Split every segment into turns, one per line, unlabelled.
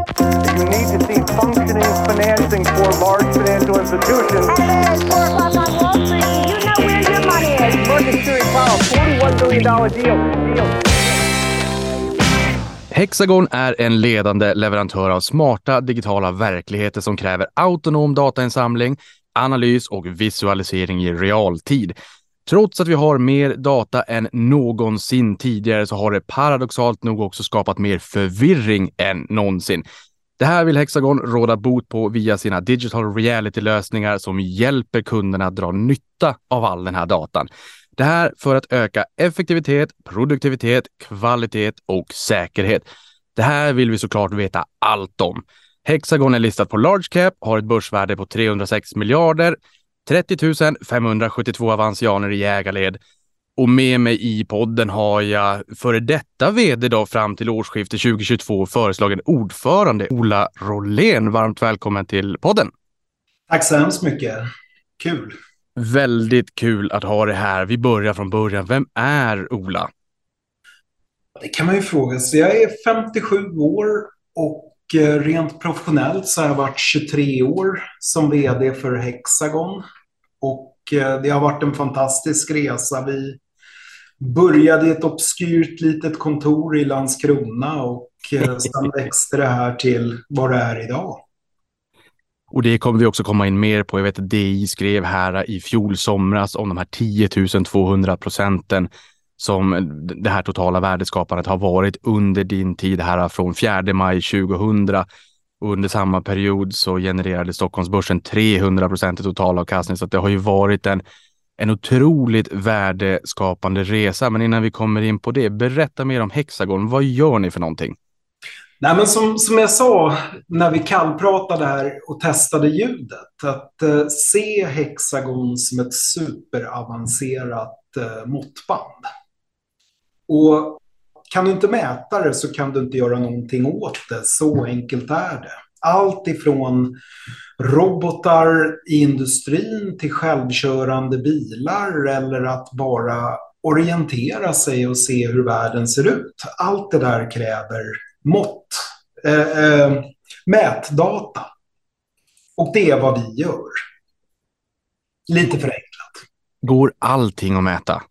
You need to see functioning financing for large financial institutions.
Hey, it's 4 o'clock on Wall Street. You know where your money is.
Market Theory Powell, $41 billion deal.
Hexagon är en ledande leverantör av smarta digitala verkligheter som kräver autonom datainsamling, analys och visualisering i realtid. Trots att vi har mer data än någonsin tidigare så har det paradoxalt nog också skapat mer förvirring än någonsin. Det här vill Hexagon råda bot på via sina digital reality-lösningar som hjälper kunderna att dra nytta av all den här datan. Det här för att öka effektivitet, produktivitet, kvalitet och säkerhet. Det här vill vi såklart veta allt om. Hexagon är listat på Large Cap, har ett börsvärde på 306 miljarder, 30 572 avansianer i ägarled. Och med mig i podden har jag före detta vd då fram till årsskiftet 2022 föreslagen ordförande Ola Rollén. Varmt välkommen till podden.
Tack så hemskt mycket. Kul.
Väldigt kul att ha det här. Vi börjar från början. Vem är Ola?
Det kan man ju fråga sig. Jag är 57 år och rent professionellt så har jag varit 23 år som vd för Hexagon. Och det har varit en fantastisk resa. Vi började i ett obskyrt litet kontor i Landskrona och sen växte det här till vad det är idag.
Och det kommer vi också komma in mer på. Jag vet att DI skrev här i fjol somras om de här 10 200% som det här totala värdeskapandet har varit under din tid här från 4 maj 2000. Och under samma period så genererade Stockholmsbörsen 300% i totalavkastning. Så att det har ju varit en otroligt värdeskapande resa. Men innan vi kommer in på det, berätta mer om Hexagon. Vad gör ni för någonting?
Nej, men som jag sa när vi kallpratade här och testade ljudet, att se Hexagon som ett superavancerat måttband. Och kan du inte mäta det så kan du inte göra någonting åt det. Så enkelt är det. Allt ifrån robotar i industrin till självkörande bilar eller att bara orientera sig och se hur världen ser ut. Allt det där kräver mätdata. Och det är vad vi gör. Lite förenklat.
Går allting att mäta?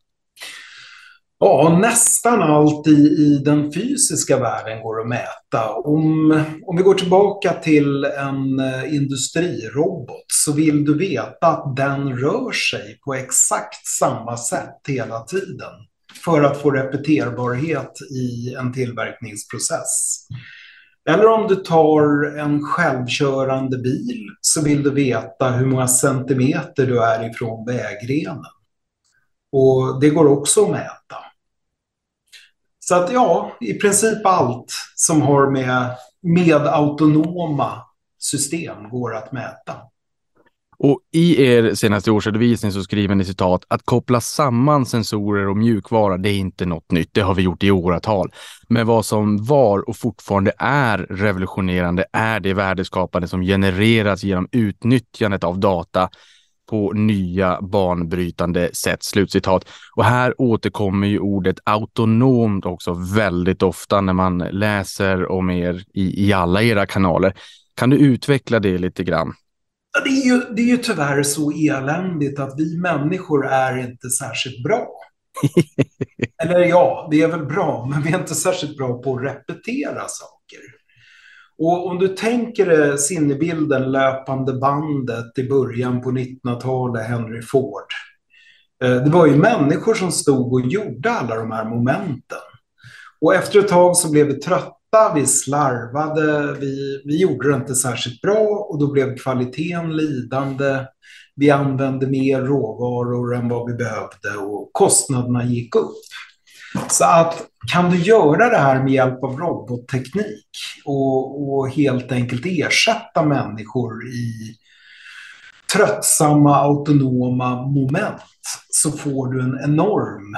Ja, nästan allt i den fysiska världen går att mäta. Om vi går tillbaka till en industrirobot så vill du veta att den rör sig på exakt samma sätt hela tiden för att få repeterbarhet i en tillverkningsprocess. Eller om du tar en självkörande bil så vill du veta hur många centimeter du är ifrån vägrenen. Och det går också att mäta. Så att ja, i princip allt som har med autonoma system går att mäta.
Och i er senaste årsredovisning så skriver ni citat att koppla samman sensorer och mjukvara, det är inte något nytt. Det har vi gjort i åratal. Men vad som var och fortfarande är revolutionerande är det värdeskapande som genereras genom utnyttjandet av data på nya banbrytande sätt, slutcitat. Och här återkommer ju ordet autonomt också väldigt ofta när man läser om er i alla era kanaler. Kan du utveckla det lite grann?
Det är ju tyvärr så eländigt att vi människor är inte särskilt bra. Eller ja, vi är väl bra, men vi är inte särskilt bra på att repetera saker. Och om du tänker sinnebilden löpande bandet i början på 1900-talet, Henry Ford. Det var ju människor som stod och gjorde alla de här momenten. Och efter ett tag så blev vi trötta, vi slarvade, vi gjorde det inte särskilt bra och då blev kvaliteten lidande. Vi använde mer råvaror än vad vi behövde och kostnaderna gick upp. Så att kan du göra det här med hjälp av robotteknik och helt enkelt ersätta människor i tröttsamma autonoma moment så får du en enorm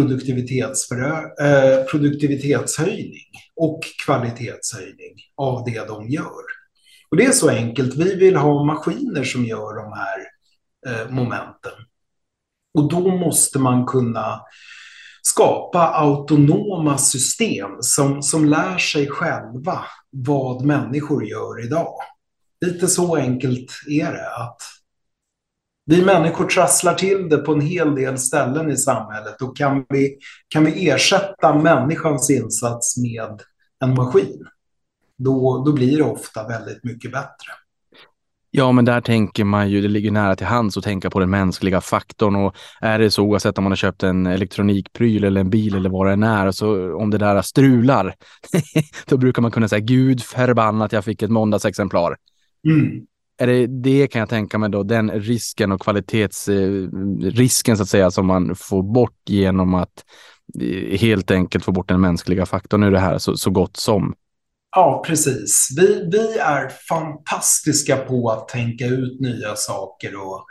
produktivitetshöjning och kvalitetshöjning av det de gör. Och det är så enkelt. Vi vill ha maskiner som gör de här momenten. Och då måste man kunna skapa autonoma system som lär sig själva vad människor gör idag. Lite så enkelt är det, att vi människor trasslar till det på en hel del ställen i samhället, och kan vi ersätta människans insats med en maskin, då blir det ofta väldigt mycket bättre.
Ja, men där tänker man ju, det ligger nära till hands att tänka på den mänskliga faktorn, och är det så oavsett om man har köpt en elektronikpryl eller en bil eller vad det än är, och så om det där strular, då brukar man kunna säga Gud förbannat, jag fick ett måndagsexemplar. Är det kan jag tänka mig då, den risken och kvalitetsrisken så att säga som man får bort genom att helt enkelt få bort den mänskliga faktorn. Nu är det här så gott som.
Ja, precis. Vi är fantastiska på att tänka ut nya saker, och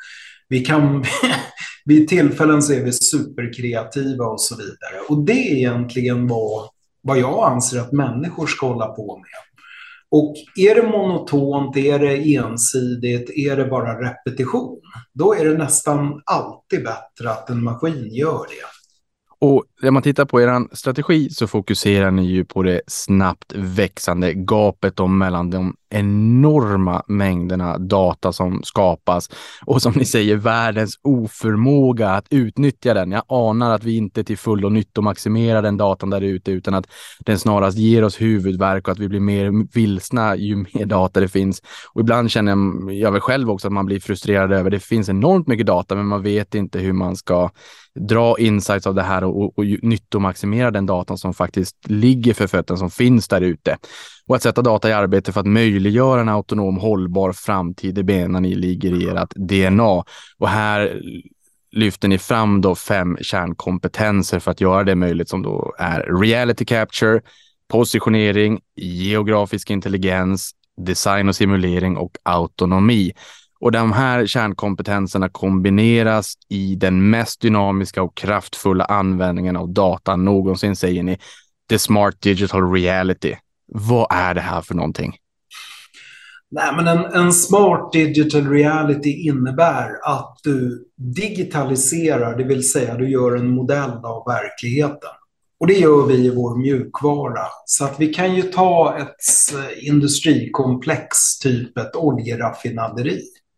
vid tillfällen så är vi superkreativa och så vidare. Och det är egentligen vad jag anser att människor ska hålla på med. Och är det monotont, är det ensidigt, är det bara repetition, då är det nästan alltid bättre att en maskin gör det.
Och när man tittar på er strategi så fokuserar ni ju på det snabbt växande gapet mellan de enorma mängderna data som skapas och som ni säger världens oförmåga att utnyttja den. Jag anar att vi inte till fullo nyttomaximerar den datan där ute, utan att den snarast ger oss huvudvärk och att vi blir mer vilsna ju mer data det finns. Och ibland känner jag väl själv också att man blir frustrerad över det finns enormt mycket data, men man vet inte hur man ska dra insights av det här och nyttomaximera den datan som faktiskt ligger för fötterna, som finns där ute. Och att sätta data i arbete för att möjliggöra en autonom hållbar framtid, det benen ni ligger i ert DNA. Och här lyfter ni fram då 5 kärnkompetenser för att göra det möjligt, som då är reality capture, positionering, geografisk intelligens, design och simulering och autonomi. Och de här kärnkompetenserna kombineras i den mest dynamiska och kraftfulla användningen av data någonsin, säger ni. The Smart Digital Reality. Vad är det här för någonting?
Nej, men en smart digital reality innebär att du digitaliserar, det vill säga du gör en modell av verkligheten. Och det gör vi i vår mjukvara. Så att vi kan ju ta ett industrikomplex, typ ett oljeraffinaderi.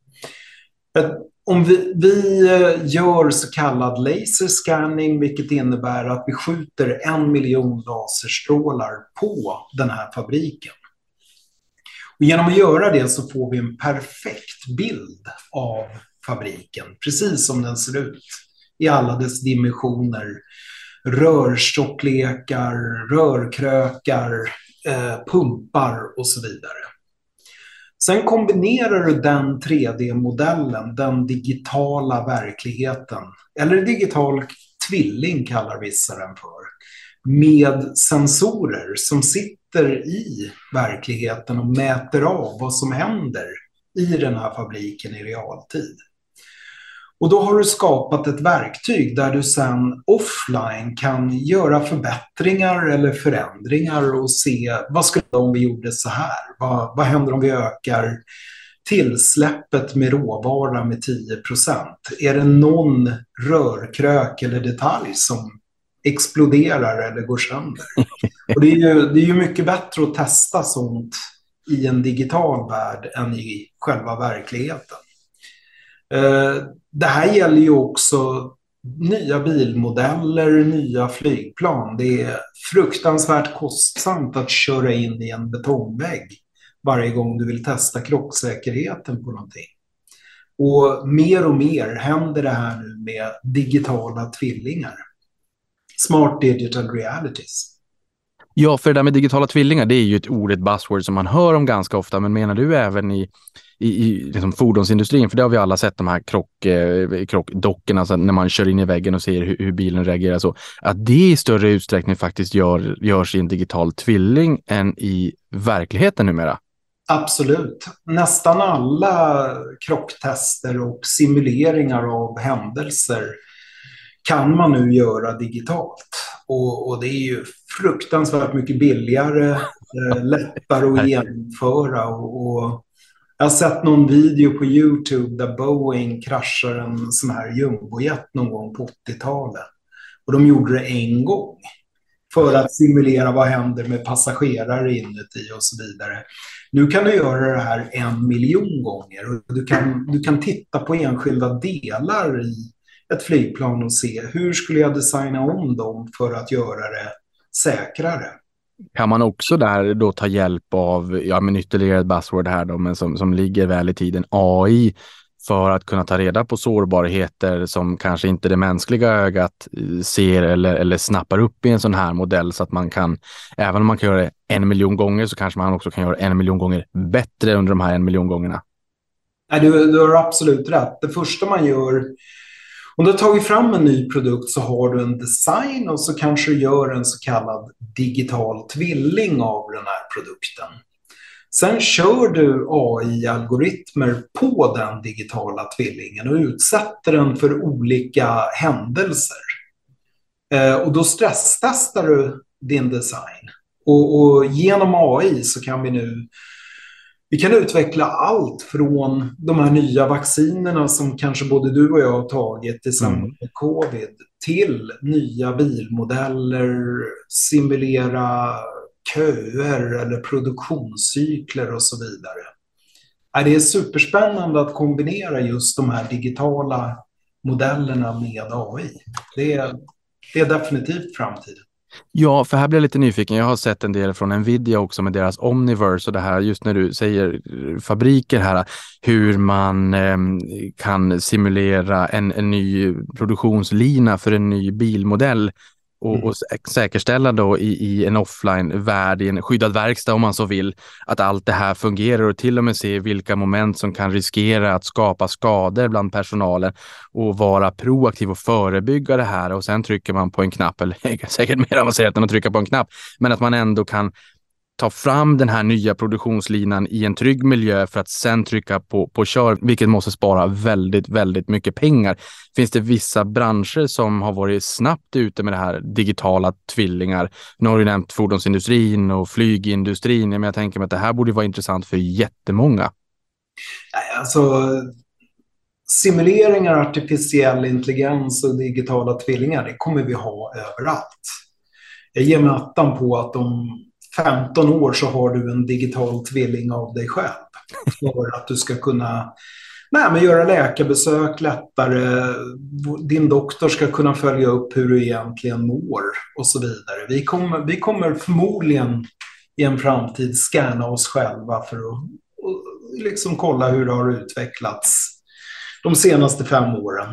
Om vi gör så kallad laserscanning, vilket innebär att vi skjuter 1 miljon laserstrålar på den här fabriken. Och genom att göra det så får vi en perfekt bild av fabriken, precis som den ser ut i alla dess dimensioner. Rörstocklekar, rörkrökar, pumpar och så vidare. Sen kombinerar du den 3D-modellen, den digitala verkligheten, eller digital tvilling kallar vissa den för, med sensorer som sitter i verkligheten och mäter av vad som händer i den här fabriken i realtid. Och då har du skapat ett verktyg där du sen offline kan göra förbättringar eller förändringar och se vad skulle om vi gjorde så här? Vad händer om vi ökar tillsläppet med råvara med 10%? Är det någon rörkrök eller detalj som exploderar eller går sönder? Och det är ju mycket bättre att testa sånt i en digital värld än i själva verkligheten. Det här gäller ju också nya bilmodeller, nya flygplan. Det är fruktansvärt kostsamt att köra in i en betongvägg varje gång du vill testa krocksäkerheten på någonting. Och mer händer det här nu med digitala tvillingar. Smart digital realities.
Ja, för det där med digitala tvillingar, det är ju ett ordet buzzword som man hör om ganska ofta, men menar du även i liksom fordonsindustrin? För det har vi alla sett, de här krockdockorna, alltså när man kör in i väggen och ser hur bilen reagerar, så att det i större utsträckning faktiskt görs i en digital tvilling än i verkligheten numera.
Absolut. Nästan alla krocktester och simuleringar av händelser kan man nu göra digitalt. Och det är ju fruktansvärt mycket billigare, lättare att genomföra. Och jag har sett någon video på YouTube där Boeing kraschar en sån här jumbojet någon gång på 80-talet. Och de gjorde det en gång för att simulera vad händer med passagerare inuti och så vidare. Nu kan du göra det här 1 miljon gånger. Och du kan titta på enskilda delar i ett flygplan och se hur skulle jag designa om dem för att göra det säkrare.
Kan man också där då ta hjälp av, ja men ytterligare ett buzzword här då, men som ligger väl i tiden, AI, för att kunna ta reda på sårbarheter som kanske inte det mänskliga ögat ser eller snappar upp i en sån här modell, så att man kan, även om man kan göra det 1 miljon gånger, så kanske man också kan göra 1 miljon gånger bättre under de här 1 miljon gångerna.
Nej, du har absolut rätt. Det första man gör, om du har tagit fram en ny produkt, så har du en design och så kanske du gör en så kallad digital tvilling av den här produkten. Sen kör du AI-algoritmer på den digitala tvillingen och utsätter den för olika händelser. Och då stresstestar du din design. Och genom AI så kan vi kan utveckla allt från de här nya vaccinerna som kanske både du och jag har tagit i samband med covid, till nya bilmodeller, simulera köer eller produktionscykler och så vidare. Det är superspännande att kombinera just de här digitala modellerna med AI. Det är definitivt framtiden.
Ja, för här blir jag lite nyfiken. Jag har sett en del från Nvidia också med deras Omniverse och det här, just när du säger fabriker här, hur man kan simulera en ny produktionslina för en ny bilmodell och säkerställa då i en offline-värld, i en skyddad verkstad om man så vill, att allt det här fungerar, och till och med se vilka moment som kan riskera att skapa skador bland personalen och vara proaktiv och förebygga det här. Och sen trycker man på en knapp, eller säkert mer avancerat än att trycka på en knapp, men att man ändå kan ta fram den här nya produktionslinan i en trygg miljö för att sen trycka på kör, vilket måste spara väldigt, väldigt mycket pengar. Finns det vissa branscher som har varit snabbt ute med det här digitala tvillingar? Nu har du nämnt fordonsindustrin och flygindustrin, men jag tänker mig att det här borde vara intressant för jättemånga.
Alltså, simuleringar, artificiell intelligens och digitala tvillingar, det kommer vi ha överallt. Jag ger mig attan på att om 15 år så har du en digital tvilling av dig själv för att du ska kunna göra läkarbesök lättare. Din doktor ska kunna följa upp hur du egentligen mår och så vidare. Vi kommer förmodligen i en framtid scanna oss själva för att liksom kolla hur det har utvecklats de senaste 5 åren.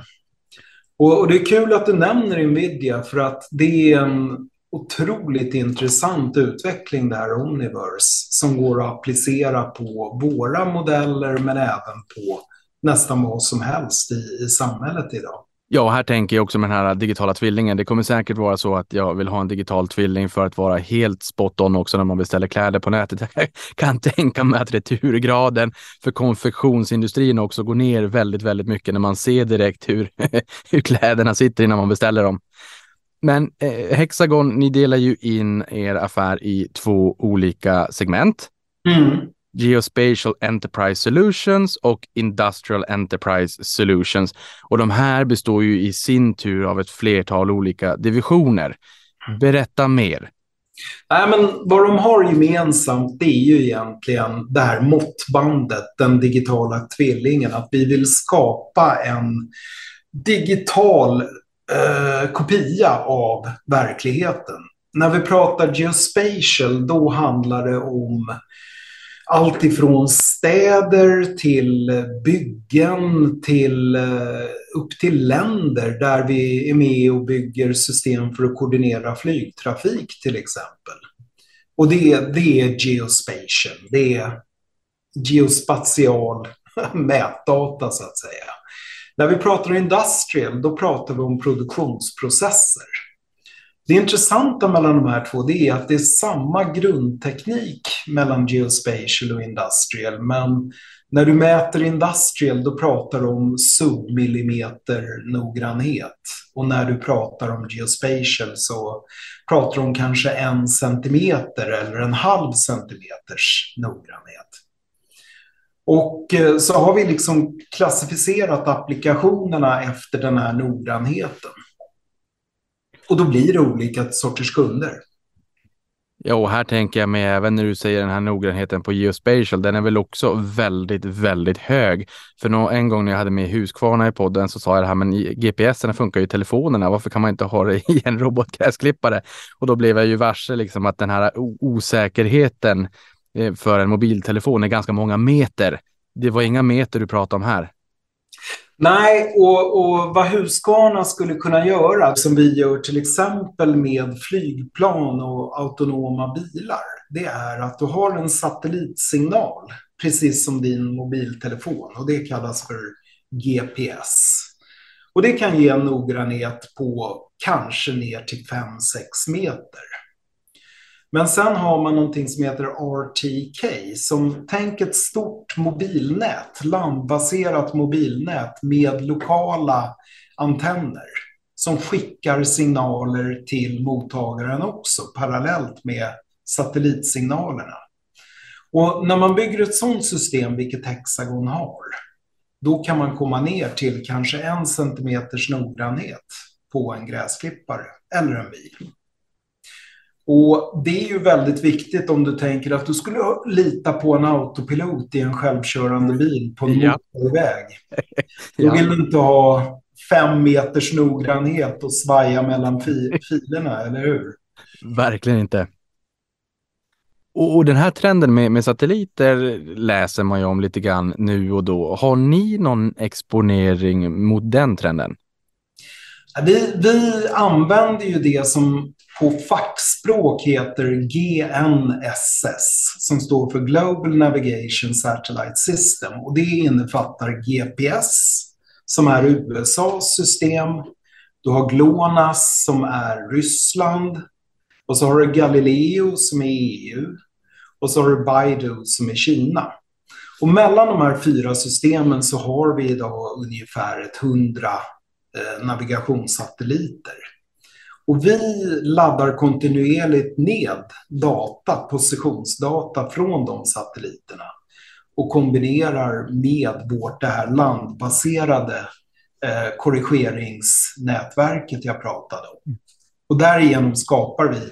Och det är kul att du nämner Nvidia, för att det är en otroligt intressant utveckling, det här Omniverse, som går att applicera på våra modeller men även på nästan vad som helst i samhället idag.
Ja, här tänker jag också med den här digitala tvillingen. Det kommer säkert vara så att jag vill ha en digital tvilling för att vara helt spot on också när man beställer kläder på nätet. Jag kan tänka mig att returgraden för konfektionsindustrin också går ner väldigt, väldigt mycket när man ser direkt hur kläderna sitter innan man beställer dem. Men Hexagon, ni delar ju in er affär i 2 olika segment. Geospatial Enterprise Solutions och Industrial Enterprise Solutions. Och de här består ju i sin tur av ett flertal olika divisioner. Berätta mer.
Nej, men vad de har gemensamt, det är ju egentligen det här måttbandet, den digitala tvillingen. Att vi vill skapa en digital kopia av verkligheten. När vi pratar geospatial, då handlar det om allt ifrån städer till byggen till upp till länder där vi är med och bygger system för att koordinera flygtrafik till exempel. Och det är geospatial, det är geospatial mätdata så att säga. När vi pratar industrial, då pratar vi om produktionsprocesser. Det intressanta mellan de här 2, det är att det är samma grundteknik mellan geospatial och industrial. Men när du mäter industrial, då pratar du om submillimeter noggrannhet. Och när du pratar om geospatial så pratar du om kanske 1 centimeter eller 0,5 centimeters noggrannhet. Och så har vi liksom klassificerat applikationerna efter den här noggrannheten. Och då blir det olika sorters kunder.
Ja, och här tänker jag mig även när du säger den här noggrannheten på geospatial, den är väl också väldigt, väldigt hög. För en gång när jag hade med Husqvarna i podden så sa jag det här, men GPSerna funkar ju i telefonerna, varför kan man inte ha det i en robotgräsklippare? Och då blev jag ju varse liksom att den här osäkerheten för en mobiltelefon är ganska många meter. Det var inga meter du pratade om här.
Nej, och vad Husqvarna skulle kunna göra, som vi gör till exempel med flygplan och autonoma bilar, det är att du har en satellitsignal, precis som din mobiltelefon, och det kallas för GPS. Och det kan ge en noggrannhet på kanske ner till 5-6 meter. Men sen har man någonting som heter RTK, som tänk ett stort mobilnät, landbaserat mobilnät med lokala antenner som skickar signaler till mottagaren också, parallellt med satellitsignalerna. Och när man bygger ett sådant system, vilket Hexagon har, då kan man komma ner till kanske 1 centimeters noggrannhet på en gräsklippare eller en bil. Och det är ju väldigt viktigt om du tänker att du skulle lita på en autopilot i en självkörande bil på en motorväg. Då vill du inte ha 5 meters noggrannhet och svaja mellan filerna, eller hur?
Verkligen inte. Och den här trenden med satelliter läser man ju om lite grann nu och då. Har ni någon exponering mot den trenden?
Vi använder ju det som på fackspråk heter GNSS, som står för Global Navigation Satellite System. Och det innefattar GPS, som är USAs system. Du har GLONASS, som är Ryssland. Och så har du Galileo, som är EU. Och så har du Baidu, som är Kina. Och mellan de här 4 systemen så har vi idag ungefär 100 navigationssatelliter. Och vi laddar kontinuerligt ned positionsdata från de satelliterna och kombinerar med det här landbaserade korrigeringsnätverket jag pratade om. Och därigenom skapar vi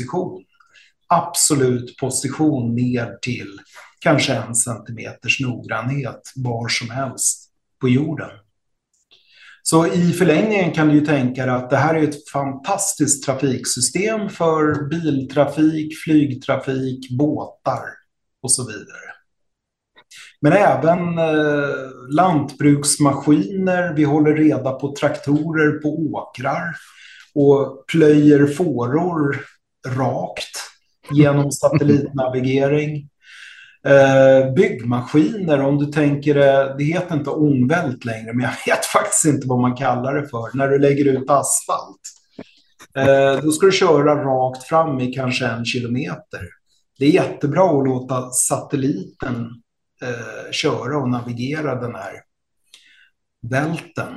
absolut position ner till kanske 1 centimeters noggrannhet var som helst på jorden. Så i förlängningen kan du ju tänka dig att det här är ett fantastiskt trafiksystem för biltrafik, flygtrafik, båtar och så vidare. Men även lantbruksmaskiner, vi håller reda på traktorer på åkrar och plöjer fåror rakt genom satellitnavigering. Byggmaskiner, om du tänker, det heter inte ångvält längre, men jag vet faktiskt inte vad man kallar det för. När du lägger ut asfalt, då ska du köra rakt fram i kanske 1 kilometer. Det är jättebra att låta satelliten köra och navigera den här välten.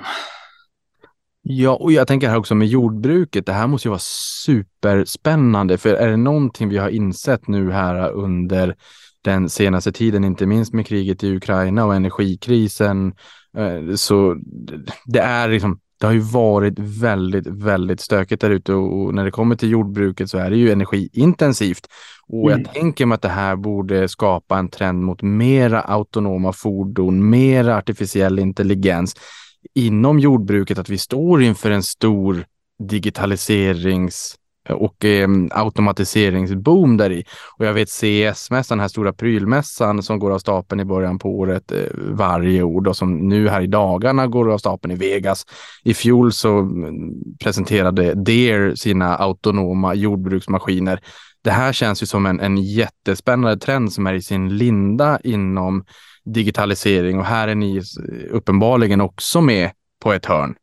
Ja, och jag tänker här också med jordbruket, det här måste ju vara superspännande, för är det någonting vi har insett nu här under den senaste tiden, inte minst med kriget i Ukraina och energikrisen, så det är liksom, det har ju varit väldigt, väldigt stökigt där ute, och när det kommer till jordbruket så är det ju energiintensivt. Och jag tänker mig att det här borde skapa en trend mot mera autonoma fordon, mera artificiell intelligens inom jordbruket, att vi står inför en stor digitaliserings- och automatiseringsboom där i. Och jag vet CES-mässan, den här stora prylmässan som går av stapeln i början på året varje år, och som nu här i dagarna går av stapeln i Vegas. I fjol så presenterade Deere sina autonoma jordbruksmaskiner. Det här känns ju som en jättespännande trend som är i sin linda inom digitalisering, och här är ni uppenbarligen också med på ett hörn.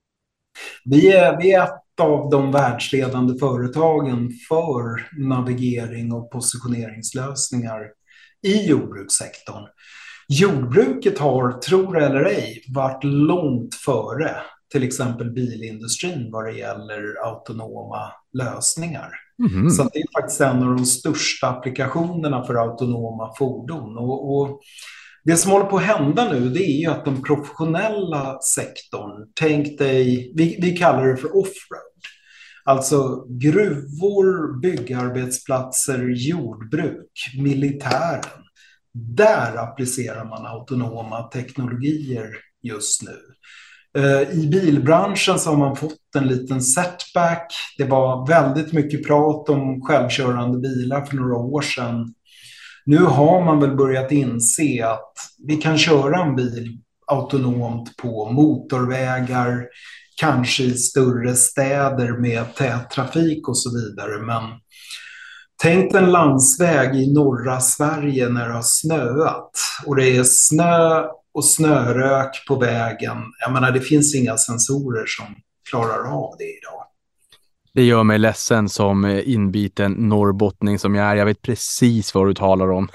Vi är ett av de världsledande företagen för navigering och positioneringslösningar i jordbrukssektorn. Jordbruket har, tror eller ej, varit långt före till exempel bilindustrin vad det gäller autonoma lösningar. Mm. Så det är faktiskt en av de största applikationerna för autonoma fordon. Och det som håller på att hända nu, det är ju att den professionella sektorn, tänk dig, vi kallar det för offroad. Alltså gruvor, byggarbetsplatser, jordbruk, militären. Där applicerar man autonoma teknologier just nu. I bilbranschen så har man fått en liten setback. Det var väldigt mycket prat om självkörande bilar för några år sedan. Nu har man väl börjat inse att vi kan köra en bil autonomt på motorvägar, kanske i större städer med tät trafik och så vidare. Men tänk en landsväg i norra Sverige när det har snöat och det är snö och snörök på vägen. Jag menar, det finns inga sensorer som klarar av det idag.
Det gör mig ledsen som inbiten norrbottning som jag är. Jag vet precis vad du talar om.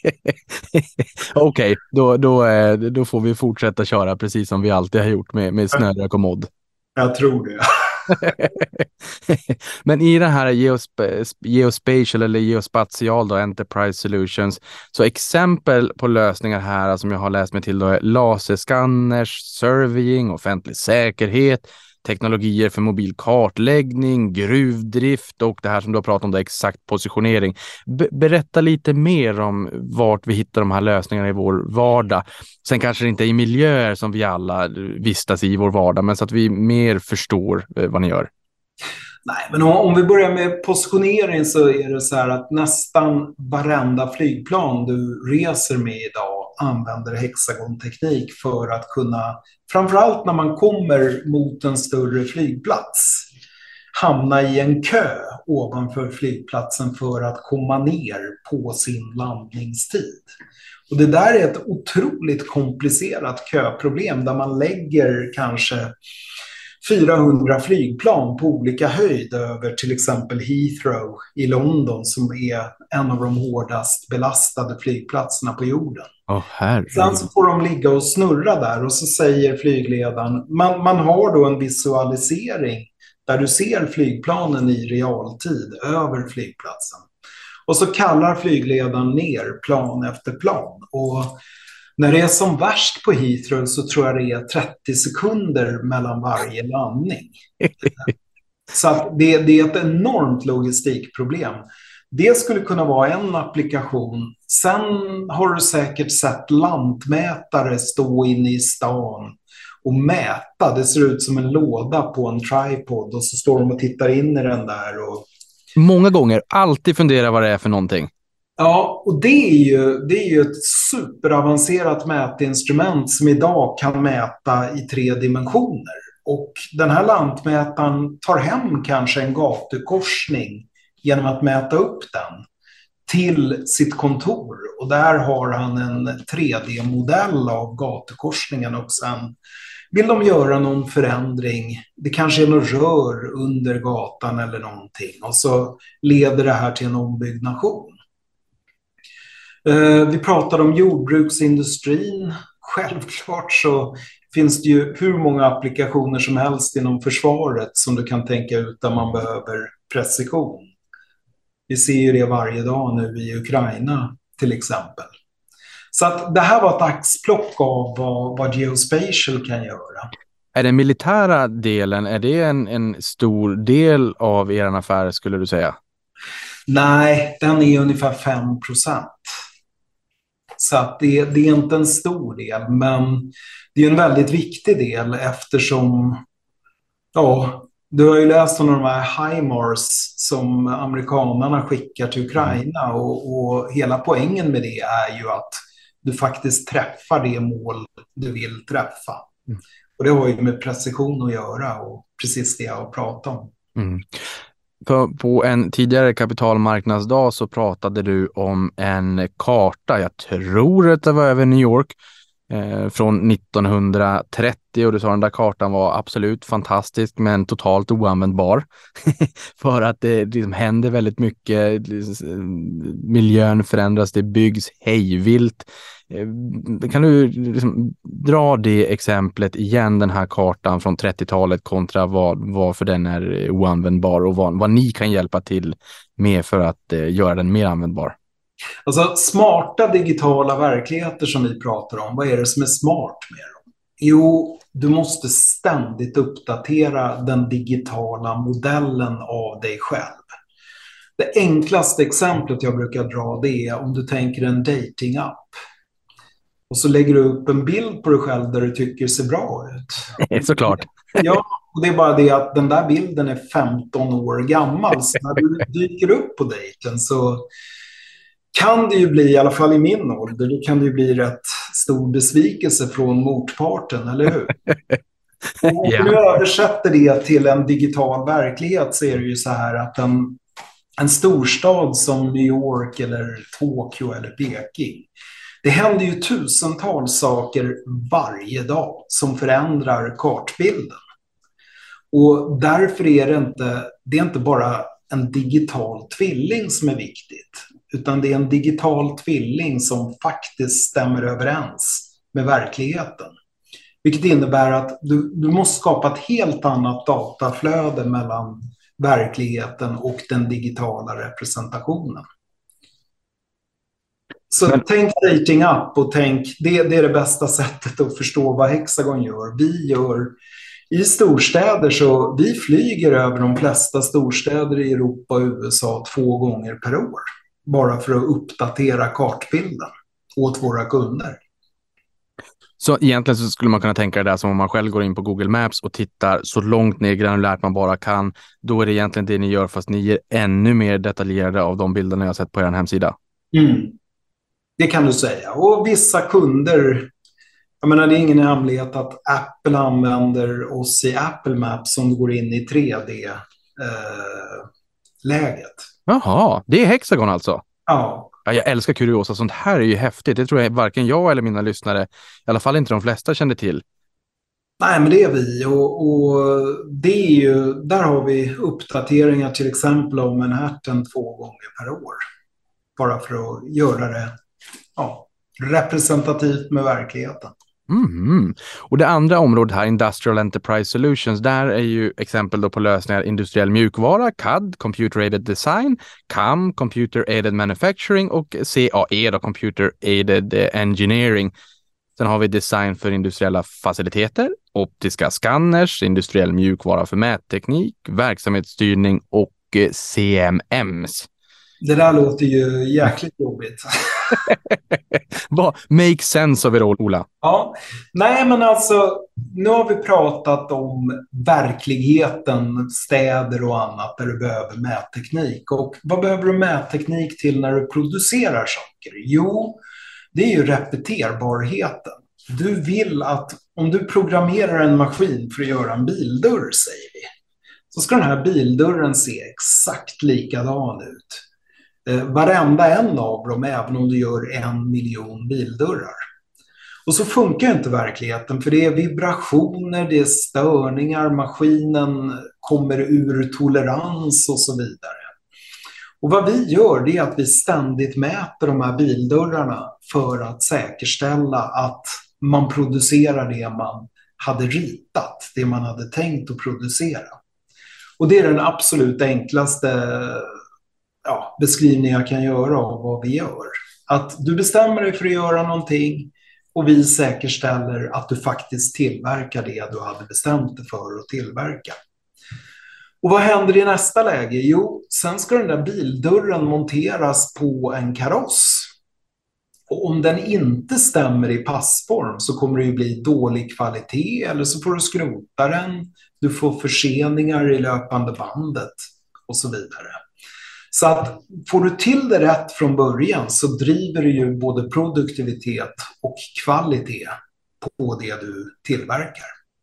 Okej, då får vi fortsätta köra precis som vi alltid har gjort med snörök och modd.
Jag tror det.
Men i det här geospatial eller geospatial då, Enterprise Solutions, så exempel på lösningar här som jag har läst mig till då är laserskanners, surveying, offentlig säkerhet, teknologier för mobil kartläggning, gruvdrift och det här som du har pratat om, det exakt positionering. Berätta lite mer om vart vi hittar de här lösningarna i vår vardag. Sen kanske det inte är i miljöer som vi alla vistas i vår vardag, men så att vi mer förstår vad ni gör.
Nej, men om vi börjar med positionering så är det så här att nästan varenda flygplan du reser med idag använder hexagonteknik för att kunna, framförallt när man kommer mot en större flygplats, hamna i en kö ovanför flygplatsen för att komma ner på sin landningstid. Och det där är ett otroligt komplicerat köproblem där man lägger kanske 400 flygplan på olika höjd över till exempel Heathrow i London som är en av de hårdast belastade flygplatserna på jorden. Sen så får de ligga och snurra där och så säger flygledaren, man har då en visualisering där du ser flygplanen i realtid över flygplatsen. Och så kallar flygledaren ner plan efter plan och när det är som värst på Heathrow så tror jag det är 30 sekunder mellan varje landning. Så att det är ett enormt logistikproblem. Det skulle kunna vara en applikation. Sen har du säkert sett lantmätare stå inne i stan och mäta. Det ser ut som en låda på en tripod och så står de och tittar in i den där. Och
många gånger, alltid fundera vad det är för någonting.
Ja, och det är ju ett superavancerat mätinstrument som idag kan mäta i 3 dimensioner. Och den här lantmätaren tar hem kanske en gatukorsning genom att mäta upp den till sitt kontor. Och där har han en 3D-modell av gatukorsningen och sen vill de göra någon förändring. Det kanske är något rör under gatan eller någonting. Och så leder det här till en ombyggnation. Vi pratade om jordbruksindustrin. Självklart så finns det ju hur många applikationer som helst inom försvaret som du kan tänka ut där man behöver precision. Vi ser ju det varje dag nu i Ukraina till exempel. Så att det här var ett axplock av vad geospatial kan göra.
Är den militära delen, är det en stor del av er affär skulle du säga? Nej, den är ungefär 5%.
Så att det är inte en stor del, men det är en väldigt viktig del eftersom, ja, du har ju läst om de här HIMARS som amerikanerna skickar till Ukraina och hela poängen med det är ju att du faktiskt träffar det mål du vill träffa. Och det har ju med precision att göra och precis det jag har pratat om.
På en tidigare kapitalmarknadsdag så pratade du om en karta, jag tror att det var över New York, från 1930 och du sa den där kartan var absolut fantastisk men totalt oanvändbar för att det liksom händer väldigt mycket, miljön förändras, det byggs hejvilt. Kan du liksom dra det exemplet igen, den här kartan från 30-talet kontra varför den är oanvändbar och vad ni kan hjälpa till med för att göra den mer användbar?
Alltså smarta digitala verkligheter som vi pratar om, vad är det som är smart med dem? Jo, du måste ständigt uppdatera den digitala modellen av dig själv. Det enklaste exemplet jag brukar dra, det är om du tänker en dating-app. Och så lägger du upp en bild på dig själv där du tycker ser bra ut.
Såklart.
Ja, och det är bara det att den där bilden är 15 år gammal. Så när du dyker upp på dejten så kan det ju bli, i alla fall i min ålder, det kan det ju bli rätt stor besvikelse från motparten, eller hur? Och om du översätter det till en digital verklighet så är det ju så här att en storstad som New York eller Tokyo eller Peking, det händer ju tusentals saker varje dag som förändrar kartbilden. Och därför är det är inte bara en digital tvilling som är viktigt, utan det är en digital tvilling som faktiskt stämmer överens med verkligheten. Vilket innebär att du måste skapa ett helt annat dataflöde mellan verkligheten och den digitala representationen. Så tänk dating app och det är det bästa sättet att förstå vad Hexagon gör. Vi gör i storstäder så vi flyger över de flesta storstäder i Europa och USA 2 gånger per år. Bara för att uppdatera kartbilden åt våra kunder.
Så egentligen så skulle man kunna tänka det där som om man själv går in på Google Maps och tittar så långt ner granulärt man bara kan. Då är det egentligen det ni gör, fast ni ger ännu mer detaljerade av de bilderna jag sett på er hemsida.
Det kan du säga. Och vissa kunder, jag menar det är ingen hemlighet att Apple använder oss i Apple Maps som går in i 3D-läget.
Jaha, det är Hexagon alltså?
Ja.
Ja, jag älskar kuriosa, sånt här är ju häftigt. Det tror jag varken jag eller mina lyssnare, i alla fall inte de flesta, kände till.
Nej, men det är vi och det är ju, där har vi uppdateringar till exempel om Manhattan 2 gånger per år. Bara för att göra det representativt med verkligheten.
Och det andra området här, Industrial Enterprise Solutions, där är ju exempel då på lösningar industriell mjukvara, CAD, Computer Aided Design, CAM, Computer Aided Manufacturing och CAE då, Computer Aided Engineering. Sen har vi design för industriella faciliteter, optiska scanners, industriell mjukvara för mätteknik, verksamhetsstyrning och CMMs.
Det där låter ju jäkligt jobbigt.
Vad make sense av er, Ola?
Ja, nej men alltså nu har vi pratat om verkligheten, städer och annat där du behöver mätteknik. Och vad behöver du mätteknik till när du producerar saker? Jo, det är ju repeterbarheten. Du vill att om du programmerar en maskin för att göra en bildörr, säger vi, så ska den här bildörren se exakt likadan ut. Varenda en av dem, även om du gör 1 miljon bildörrar. Och så funkar inte verkligheten, för det är vibrationer, det är störningar, maskinen kommer ur tolerans och så vidare. Och vad vi gör, det är att vi ständigt mäter de här bildörrarna för att säkerställa att man producerar det man hade ritat, det man hade tänkt att producera. Och det är den absolut enklaste beskrivning jag kan göra av vad vi gör. Att du bestämmer dig för att göra någonting och vi säkerställer att du faktiskt tillverkar det du hade bestämt dig för att tillverka. Och vad händer i nästa läge? Jo, sen ska den där bildörren monteras på en kaross. Och om den inte stämmer i passform så kommer det ju bli dålig kvalitet, eller så får du skrota den, du får förseningar i löpande bandet och så vidare. Så att får du till det rätt från början så driver du ju både produktivitet och kvalitet på det du tillverkar.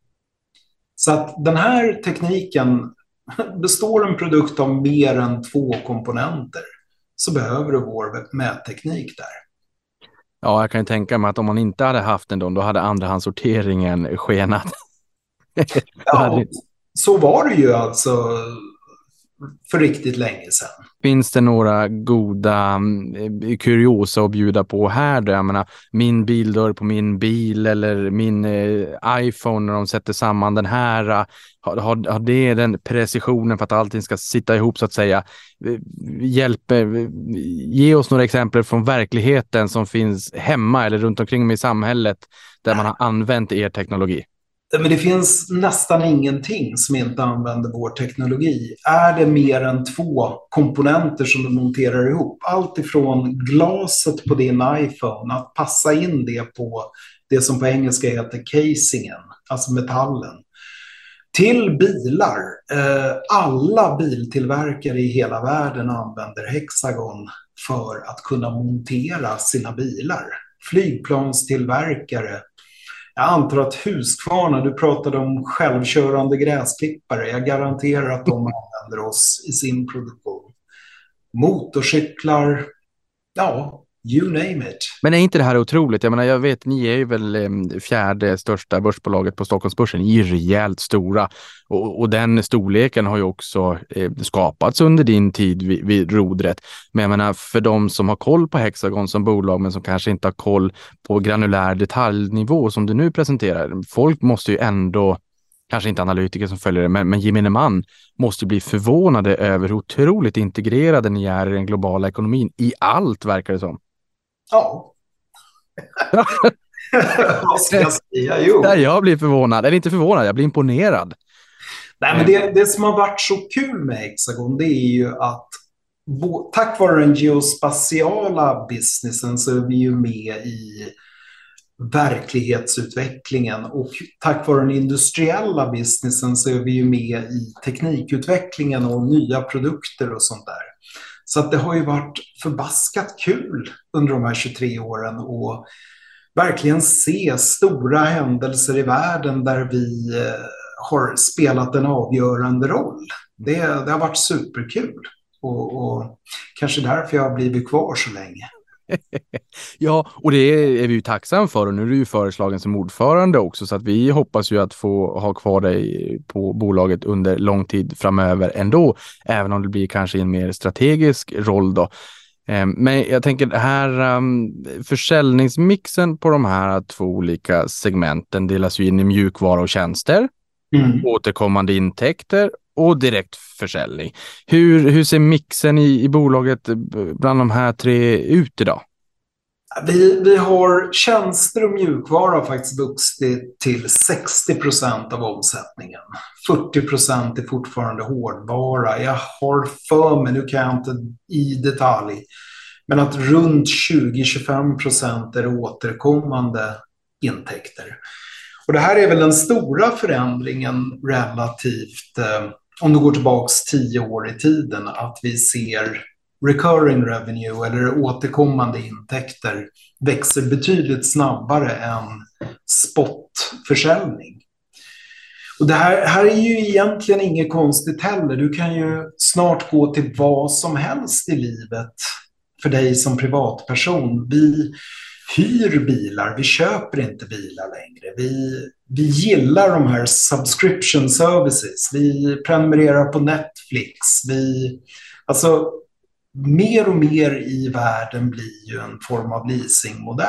Så att den här tekniken, består en produkt av mer än 2 komponenter, så behöver du vår mätteknik där.
Ja, jag kan ju tänka mig att om man inte hade haft den då hade andrahandssorteringen skenat.
Ja, så var det ju alltså för riktigt länge sedan.
Finns det några goda kuriosa att bjuda på här då? Jag menar, min bildörr på min bil eller min iPhone när de sätter samman den här. Har det den precisionen för att allting ska sitta ihop så att säga? Ge oss några exempel från verkligheten som finns hemma eller runt omkring i samhället där man har använt er teknologi.
Men det finns nästan ingenting som inte använder vår teknologi. Är det mer än 2 komponenter som du monterar ihop, allt ifrån glaset på din iPhone, att passa in det på det som på engelska heter casingen, alltså metallen, till bilar. Alla biltillverkare i hela världen använder Hexagon för att kunna montera sina bilar. Flygplanstillverkare. Jag antar att Husqvarna, du pratade om självkörande gräsklippare. Jag garanterar att de använder oss i sin produktion. Motorcyklar, ja, you name it.
Men är inte det här otroligt? Jag menar, jag vet, ni är ju väl fjärde största börsbolaget på Stockholmsbörsen. Ni är ju rejält stora. Och den storleken har ju också skapats under din tid vid rodret. Men jag menar, för de som har koll på Hexagon som bolag, men som kanske inte har koll på granulär detaljnivå som du nu presenterar. Folk måste ju ändå, kanske inte analytiker som följer det, men gemene man måste bli förvånade över hur otroligt integrerade ni är i den globala ekonomin. I allt, verkar det som.
Ja. Vad ska jag säga? Jo.
Jag blir förvånad. Eller inte förvånad, jag blir imponerad.
Nej, men det som har varit så kul med Hexagon, det är ju att tack vare den geospatiala businessen så är vi ju med i verklighetsutvecklingen, och tack vare den industriella businessen så är vi ju med i teknikutvecklingen och nya produkter och sånt där. Så att det har ju varit förbaskat kul under de här 23 åren och verkligen se stora händelser i världen där vi har spelat en avgörande roll. Det har varit superkul och kanske därför jag har blivit kvar så länge.
Ja, och det är vi ju tacksam för, och nu är du ju föreslagen som ordförande också, så att vi hoppas ju att få ha kvar dig på bolaget under lång tid framöver ändå, även om det blir kanske en mer strategisk roll då. Men jag tänker här, försäljningsmixen på de här 2 olika segmenten delas ju in i mjukvara och tjänster, återkommande intäkter och direkt försäljning. Hur ser mixen i bolaget bland de här 3 ut idag?
Vi har tjänster och mjukvara faktiskt vuxit till 60% av omsättningen. 40% är fortfarande hårdvara. Jag har för mig, nu kan jag inte i detalj, men att runt 20-25% är återkommande intäkter. Och det här är väl den stora förändringen relativt, om du går tillbaks 10 år i tiden, att vi ser recurring revenue eller återkommande intäkter växer betydligt snabbare än spotförsäljning. Och det här är ju egentligen inget konstigt heller. Du kan ju snart gå till vad som helst i livet för dig som privatperson. Vi hyr bilar, vi köper inte bilar längre. Vi gillar de här subscription services. Vi prenumererar på Netflix. Alltså mer och mer i världen blir ju en form av leasingmodell.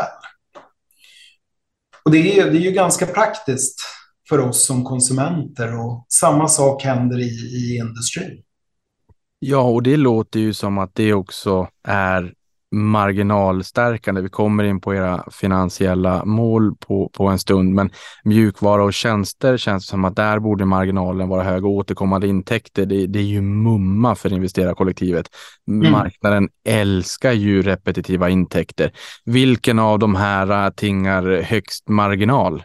Och det är ju ganska praktiskt för oss som konsumenter, och samma sak händer i industrin.
Ja, och det låter ju som att det också är marginalstärkande. Vi kommer in på era finansiella mål på en stund, men mjukvara och tjänster känns som att där borde marginalen vara hög, och återkommande intäkter, det är ju mumma för investerarkollektivet. Marknaden älskar ju repetitiva intäkter. Vilken av de här tingar högst marginal?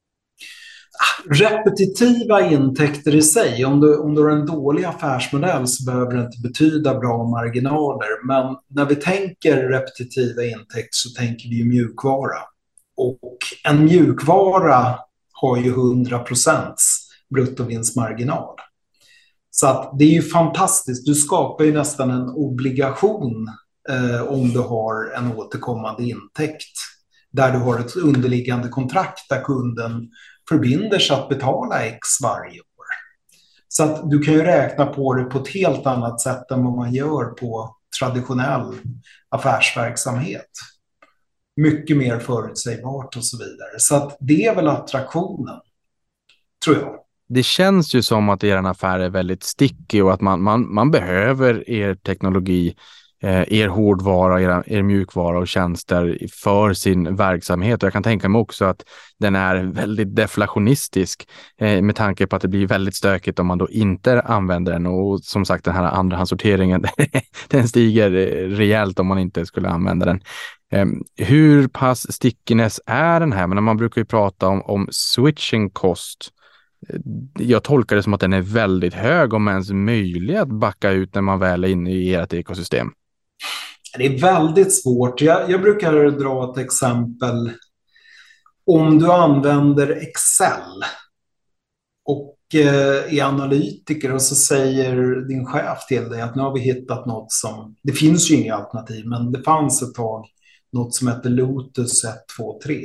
Repetitiva intäkter i sig, om du har en dålig affärsmodell så behöver det inte betyda bra marginaler. Men när vi tänker repetitiva intäkter så tänker vi ju mjukvara. Och en mjukvara har ju 100% bruttovinstmarginal. Så att det är ju fantastiskt. Du skapar ju nästan en obligation om du har en återkommande intäkt. Där du har ett underliggande kontrakt där kunden förbinder sig att betala X varje år. Så att du kan ju räkna på det på ett helt annat sätt än vad man gör på traditionell affärsverksamhet. Mycket mer förutsägbart och så vidare. Så att det är väl attraktionen, tror jag.
Det känns ju som att er affär är väldigt sticky och att man behöver er teknologi er hårdvara, er mjukvara och tjänster för sin verksamhet. Och jag kan tänka mig också att den är väldigt deflationistisk med tanke på att det blir väldigt stökigt om man då inte använder den. Och som sagt, den här andrahandssorteringen den stiger rejält om man inte skulle använda den. Hur pass stickiness är den här? Men man brukar ju prata om switching cost. Jag tolkar det som att den är väldigt hög, om ens möjlig att backa ut när man väl är inne i ert ekosystem.
Det är väldigt svårt. Jag brukar dra ett exempel. Om du använder Excel och är analytiker och så säger din chef till dig att nu har vi hittat något som... Det finns ju inga alternativ, men det fanns ett tag något som heter Lotus 1, 2, 3.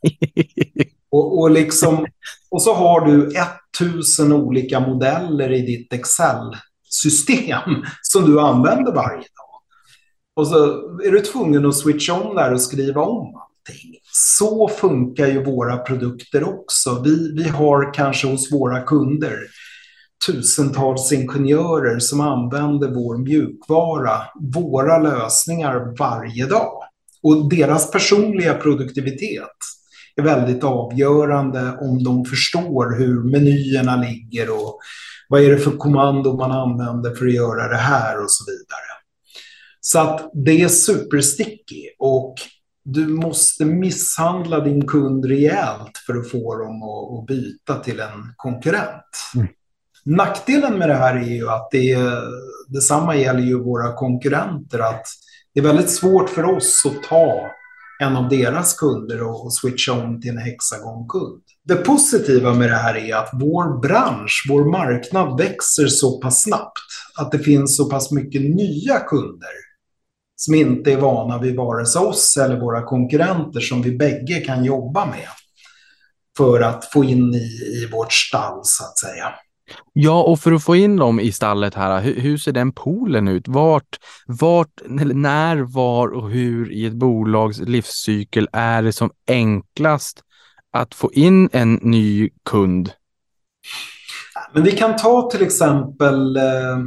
Och så har du 1000 olika modeller i ditt Excel-system som du använder varje dag. Och så är du tvungen att switcha om där och skriva om allting. Så funkar ju våra produkter också. Vi har kanske hos våra kunder tusentals ingenjörer som använder vår mjukvara, våra lösningar varje dag. Och deras personliga produktivitet är väldigt avgörande om de förstår hur menyerna ligger och vad är det för kommando man använder för att göra det här och så vidare. Så att det är supersticky och du måste misshandla din kund rejält för att få dem att byta till en konkurrent. Nackdelen med det här är ju att detsamma gäller ju våra konkurrenter, att det är väldigt svårt för oss att ta en av deras kunder och switcha om till en Hexagon-kund. Det positiva med det här är att vår bransch, vår marknad växer så pass snabbt att det finns så pass mycket nya kunder som inte är vana vid vare sig oss eller våra konkurrenter som vi bägge kan jobba med för att få in i vårt stall så att säga.
Ja, och för att få in dem i stallet här, hur ser den poolen ut? Vart, när, var och hur i ett bolags livscykel är det som enklast att få in en ny kund?
Men vi kan ta till exempel,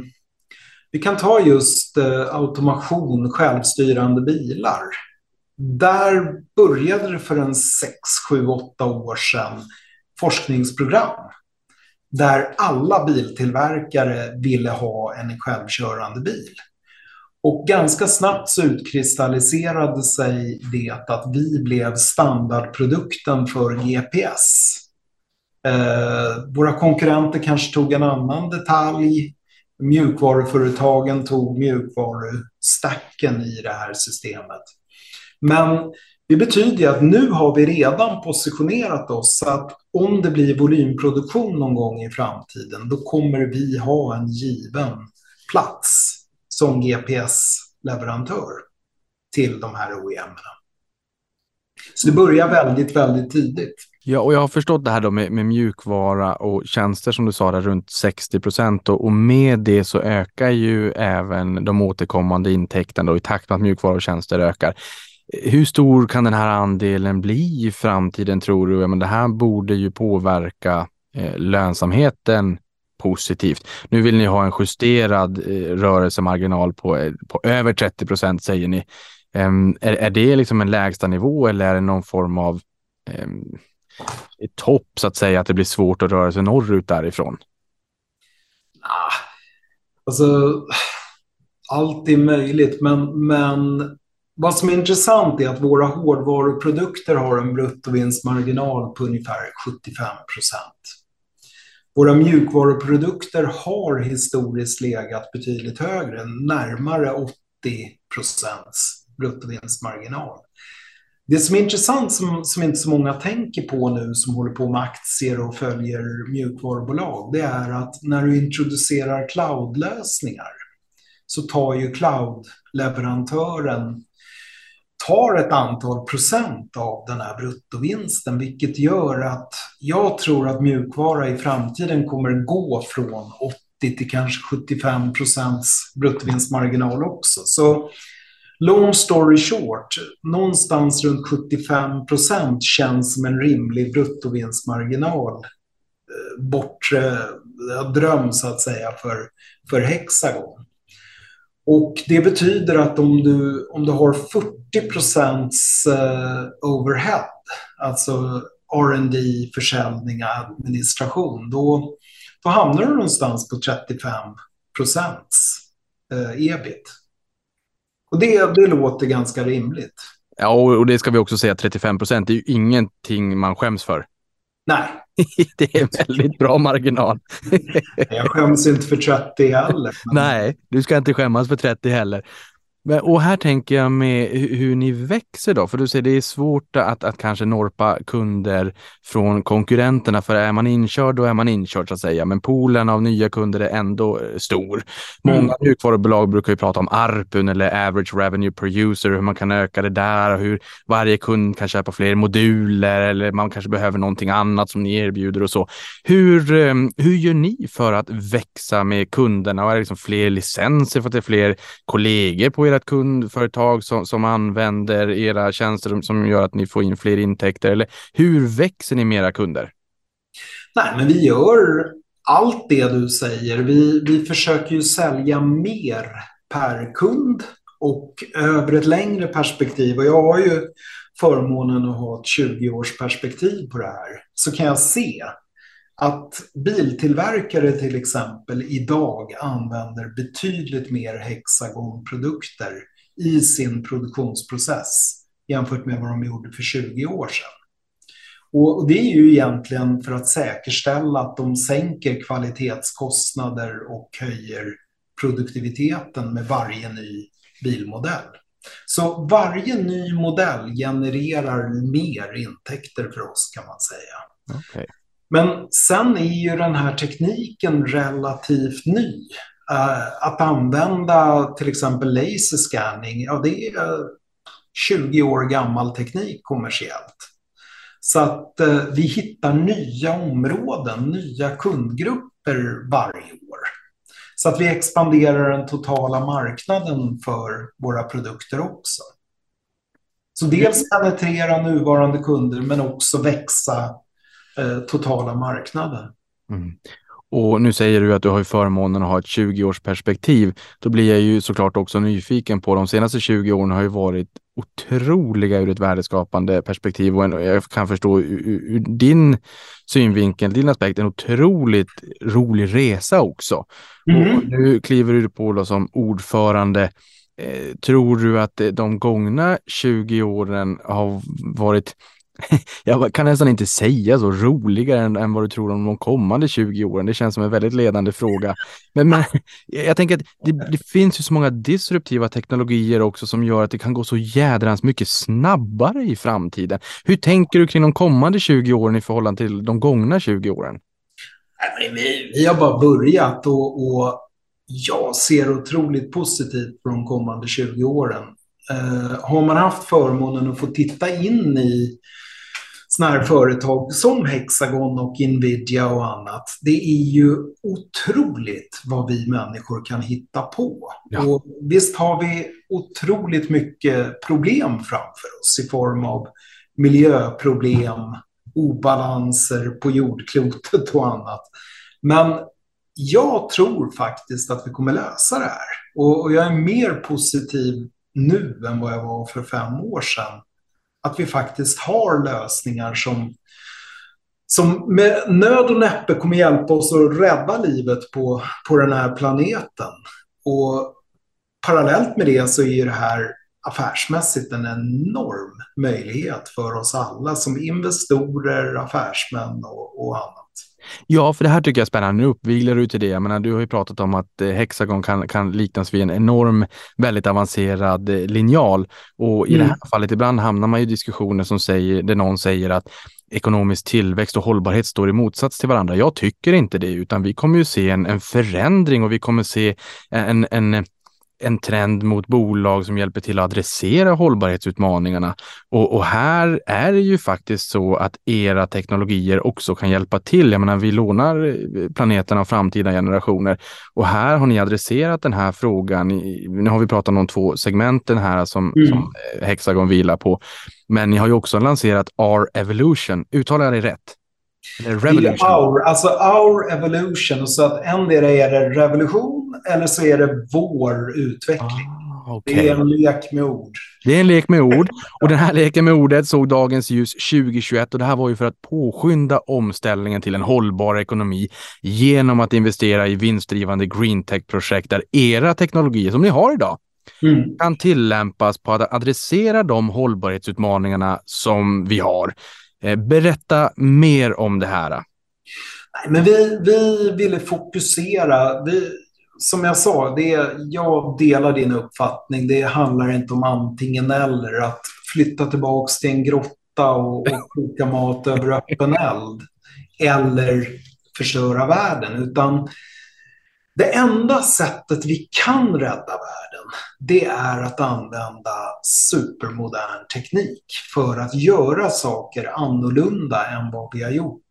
just automation, självstyrande bilar. Där började det för en 6, 7, 8 år sedan forskningsprogram där alla biltillverkare ville ha en självkörande bil. Och ganska snabbt så utkristalliserade sig det att vi blev standardprodukten för GPS. Våra konkurrenter kanske tog en annan detalj. Mjukvaruföretagen tog mjukvarustacken i det här systemet. Men det betyder att nu har vi redan positionerat oss så att om det blir volymproduktion någon gång i framtiden, då kommer vi ha en given plats som GPS-leverantör till de här OEM-erna. Så det börjar väldigt, väldigt tidigt.
Ja, och jag har förstått det här då med mjukvara och tjänster som du sa där runt 60%, och med det så ökar ju även de återkommande intäkterna då, i takt med att mjukvara och tjänster ökar. Hur stor kan den här andelen bli i framtiden, tror du? Men det här borde ju påverka lönsamheten positivt. Nu vill ni ha en justerad rörelsemarginal på över 30%, säger ni. Är det liksom en lägsta nivå, eller är det någon form av topp så att säga, att det blir svårt att röra sig norrut därifrån?
Alltså, allt är möjligt, men vad som är intressant är att våra hårdvaruprodukter har en bruttovinstmarginal på ungefär 75%. Våra mjukvaruprodukter har historiskt legat betydligt högre, närmare 80% bruttovinstmarginal. Det som är intressant, som inte så många tänker på nu som håller på med aktier och följer mjukvarubolag, det är att när du introducerar cloudlösningar så tar ju cloudleverantören ett antal procent av den här bruttovinsten, vilket gör att jag tror att mjukvara i framtiden kommer gå från 80 till kanske 75% bruttovinstmarginal också. Så long story short, någonstans runt 75% känns som en rimlig bruttovinstmarginal, bortre dröm så att säga för Hexagon. Och det betyder att om du har 40% overhead, alltså R&D, försäljning, administration, då hamnar du någonstans på 35% ebit. Och det låter ganska rimligt.
Ja, och det ska vi också säga, 35%, det är ju ingenting man skäms för.
Nej.
Det är en väldigt bra marginal.
Jag skäms inte för 30 heller.
Nej, du ska inte skämmas för 30 heller. Och här tänker jag med hur ni växer då, för du säger det är svårt att kanske norpa kunder från konkurrenterna, för är man inkörd då är man inkörd så att säga, men poolen av nya kunder är ändå stor. Många mjukvarubolag brukar ju prata om ARPU eller Average Revenue Per User, hur man kan öka det där och hur varje kund kan köpa fler moduler eller man kanske behöver någonting annat som ni erbjuder och så. Hur gör ni för att växa med kunderna? Och är det liksom fler licenser för att det är fler kollegor på ert kundföretag som använder era tjänster som gör att ni får in fler intäkter? Eller hur växer ni med era kunder?
Nej, men vi gör allt det du säger. Vi försöker ju sälja mer per kund och över ett längre perspektiv. Och jag har ju förmånen att ha ett 20-års perspektiv på det här. Så kan jag se att biltillverkare till exempel idag använder betydligt mer Hexagon-produkter i sin produktionsprocess jämfört med vad de gjorde för 20 år sedan. Och det är ju egentligen för att säkerställa att de sänker kvalitetskostnader och höjer produktiviteten med varje ny bilmodell. Så varje ny modell genererar mer intäkter för oss, kan man säga.
Okay.
Men sen är ju den här tekniken relativt ny. Att använda till exempel laser scanning, ja, det är 20 år gammal teknik kommersiellt. Så att vi hittar nya områden, nya kundgrupper varje år. Så att vi expanderar den totala marknaden för våra produkter också. Så dels penetrera nuvarande kunder men också växa totala marknaden.
Mm. Och nu säger du att du har ju förmånen att ha ett 20-års perspektiv. Då blir jag ju såklart också nyfiken på de senaste 20 åren har ju varit otroliga ur ett värdeskapande perspektiv. Och jag kan förstå ur din synvinkel, din aspekt, en otroligt rolig resa också.
Mm.
Och nu kliver du på då som ordförande. Tror du att de gångna 20 åren har varit... Jag kan nästan inte säga så roligare än vad du tror om de kommande 20 åren. Det känns som en väldigt ledande fråga. Men jag tänker att det finns ju så många disruptiva teknologier också som gör att det kan gå så jädrans mycket snabbare i framtiden. Hur tänker du kring de kommande 20 åren i förhållande till de gångna 20 åren?
Vi har bara börjat och jag ser otroligt positivt på de kommande 20 åren. Har man haft förmånen att få titta in i såna här företag som Hexagon och Nvidia och annat, det är ju otroligt vad vi människor kan hitta på. Ja. Och visst har vi otroligt mycket problem framför oss i form av miljöproblem, obalanser på jordklotet och annat. Men jag tror faktiskt att vi kommer lösa det här. Och jag är mer positiv nu än vad jag var för 5 år sedan. Att vi faktiskt har lösningar som med nöd och näppe kommer hjälpa oss att rädda livet på den här planeten. Och parallellt med det så är det här affärsmässigt en enorm möjlighet för oss alla som investorer, affärsmän och annat.
Ja, för det här tycker jag är spännande. Nu uppviglar du till det. Jag menar, du har ju pratat om att Hexagon kan liknas vid en enorm, väldigt avancerad linjal. Och i det här fallet ibland hamnar man i diskussioner där någon säger att ekonomisk tillväxt och hållbarhet står i motsats till varandra. Jag tycker inte det, utan vi kommer ju se en förändring och vi kommer se en trend mot bolag som hjälper till att adressera hållbarhetsutmaningarna. Och här är det ju faktiskt så att era teknologier också kan hjälpa till. Jag menar, vi lånar planeten av framtida generationer. Och här har ni adresserat den här frågan. Nu har vi pratat om de 2 segmenten här som Hexagon vilar på. Men ni har ju också lanserat R-Evolution. Uttalar jag det rätt? Eller
Det är
revolution?
our evolution. Och så att endera är det revolution eller så är det vår utveckling. Det är
Okej.
en lek med ord.
Det är en lek med ord och den här leken med ordet såg dagens ljus 2021 och det här var ju för att påskynda omställningen till en hållbar ekonomi genom att investera i vinstdrivande green tech-projekt där era teknologier som ni har idag kan tillämpas på att adressera de hållbarhetsutmaningarna som vi har. Berätta mer om det här.
Nej, men vi ville fokusera. Som jag sa, jag delar din uppfattning. Det handlar inte om antingen eller. Att flytta tillbaka till en grotta och koka mat över öppen eld. Eller förstöra världen. Utan det enda sättet vi kan rädda världen, det är att använda supermodern teknik för att göra saker annorlunda än vad vi har gjort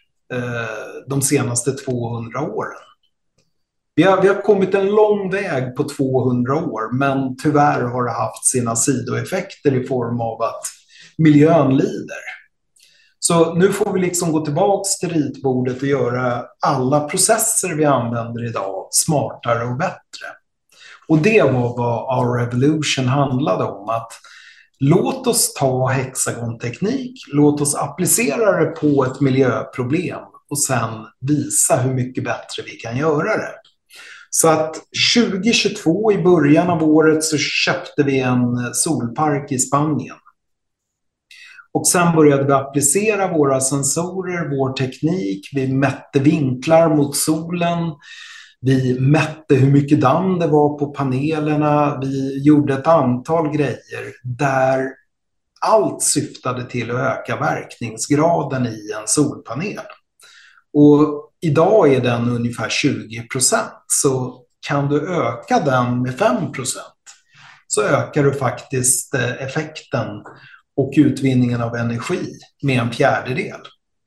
de senaste 200 åren. Vi har kommit en lång väg på 200 år, men tyvärr har det haft sina sidoeffekter i form av att miljön lider. Så nu får vi liksom gå tillbaka till ritbordet och göra alla processer vi använder idag smartare och bättre. Och det var vad Our Revolution handlade om. Att låt oss ta hexagonteknik, låt oss applicera det på ett miljöproblem och sen visa hur mycket bättre vi kan göra det. Så att 2022 i början av året så köpte vi en solpark i Spanien. Och sen började vi applicera våra sensorer, vår teknik. Vi mätte vinklar mot solen. Vi mätte hur mycket damm det var på panelerna. Vi gjorde ett antal grejer där allt syftade till att öka verkningsgraden i en solpanel. Och idag är den ungefär 20%. Så kan du öka den med 5% så ökar du faktiskt effekten och utvinningen av energi med en fjärdedel.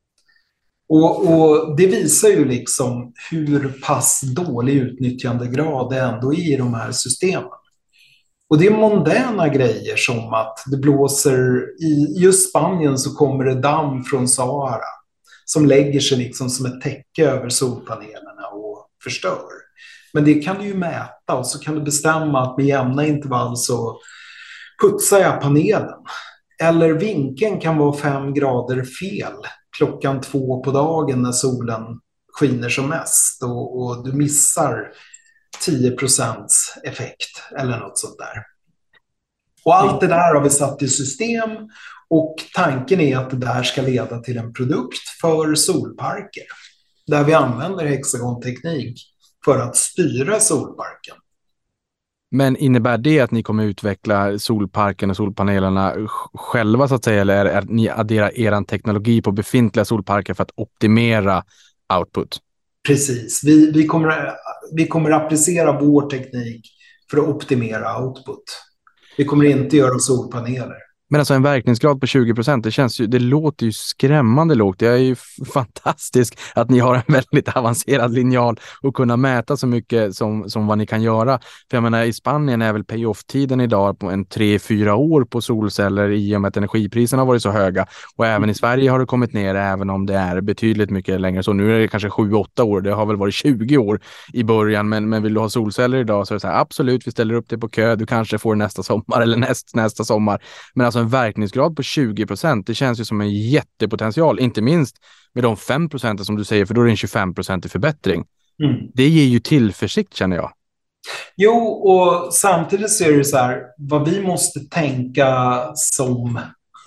Och det visar ju liksom hur pass dålig utnyttjandegrad det ändå är i de här systemen. Och det är mondäna grejer som att det blåser i just Spanien så kommer det damm från Sahara som lägger sig liksom som ett täcke över solpanelerna och förstör. Men det kan du ju mäta och så kan du bestämma att med jämna intervall så putsar jag panelen. Eller vinkeln kan vara 5 grader fel klockan 2 på dagen när solen skiner som mest och du missar 10% effekt eller något sånt där. Och allt det där har vi satt i system och tanken är att det där ska leda till en produkt för solparker där vi använder hexagonteknik för att styra solparken.
Men innebär det att ni kommer utveckla solparken och solpanelerna själva så att säga, eller är ni adderar er teknologi på befintliga solparker för att optimera output?
Precis, vi kommer applicera vår teknik för att optimera output. Vi kommer inte göra solpaneler.
Men alltså en verkningsgrad på 20%, det låter ju skrämmande lågt. Det är ju fantastiskt att ni har en väldigt avancerad linjal och kunna mäta så mycket som vad ni kan göra. För jag menar, i Spanien är väl payoff-tiden idag på en 3-4 år på solceller i och med att energipriserna har varit så höga. Och även i Sverige har det kommit ner, även om det är betydligt mycket längre. Så nu är det kanske 7-8 år. Det har väl varit 20 år i början. Men vill du ha solceller idag så är det så här, absolut, vi ställer upp det på kö. Du kanske får nästa sommar eller nästa sommar. Men alltså en verkningsgrad på 20%, det känns ju som en jättepotential, inte minst med de 5% som du säger, för då är det en 25% förbättring. Det ger ju tillförsikt, känner jag.
Jo, och samtidigt så är det så här, vad vi måste tänka som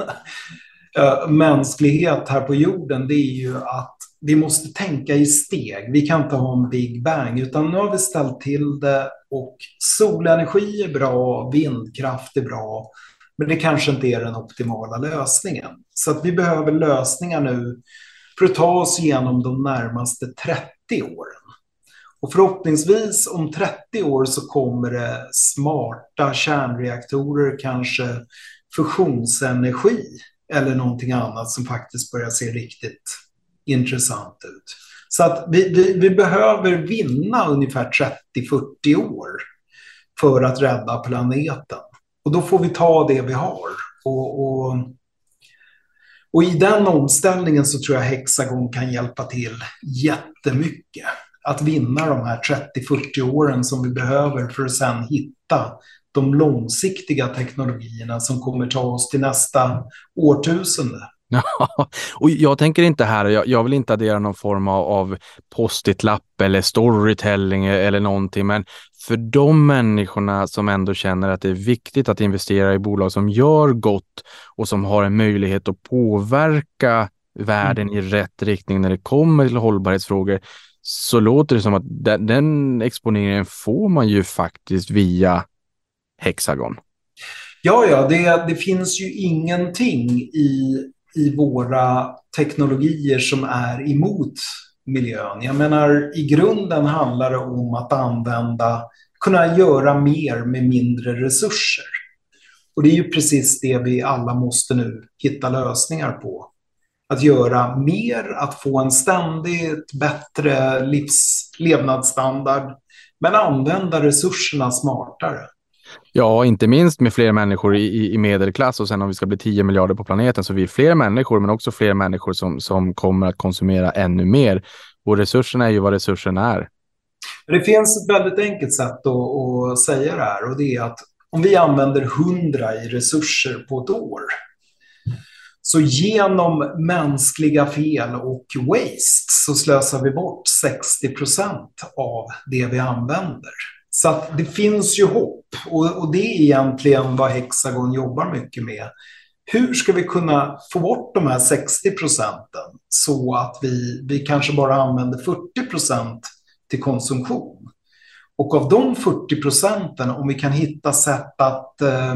mänsklighet här på jorden, det är ju att vi måste tänka i steg. Vi kan inte ha en big bang, utan nu har vi ställt till det och solenergi är bra, vindkraft är bra, men det kanske inte är den optimala lösningen. Så att vi behöver lösningar nu för att ta oss igenom de närmaste 30 åren. Och förhoppningsvis om 30 år så kommer det smarta kärnreaktorer, kanske fusionsenergi eller någonting annat som faktiskt börjar se riktigt intressant ut. Så att vi behöver vinna ungefär 30-40 år för att rädda planeten. Och då får vi ta det vi har. Och i den omställningen så tror jag Hexagon kan hjälpa till jättemycket. Att vinna de här 30-40 åren som vi behöver för att sedan hitta de långsiktiga teknologierna som kommer ta oss till nästa årtusende.
Ja, och jag tänker inte här, jag vill inte addera någon form av post-it-lapp eller storytelling eller någonting, men för de människorna som ändå känner att det är viktigt att investera i bolag som gör gott och som har en möjlighet att påverka världen i rätt riktning när det kommer till hållbarhetsfrågor, så låter det som att den exponeringen får man ju faktiskt via Hexagon.
Ja, det finns ju ingenting i våra teknologier som är emot miljön. Jag menar, i grunden handlar det om att kunna göra mer med mindre resurser. Och det är ju precis det vi alla måste nu hitta lösningar på. Att göra mer, att få en ständigt bättre levnadsstandard, men använda resurserna smartare.
Ja, inte minst med fler människor i medelklass, och sen om vi ska bli 10 miljarder på planeten så vi är fler människor, men också fler människor som kommer att konsumera ännu mer. Och resurserna är ju vad resurserna är.
Det finns ett väldigt enkelt sätt att säga det här, och det är att om vi använder 100 i resurser på ett år, så genom mänskliga fel och waste så slösar vi bort 60% av det vi använder. Så att det finns ju hopp, och det är egentligen vad Hexagon jobbar mycket med. Hur ska vi kunna få bort de här 60% så att vi kanske bara använder 40% till konsumtion? Och av de 40%, om vi kan hitta sätt att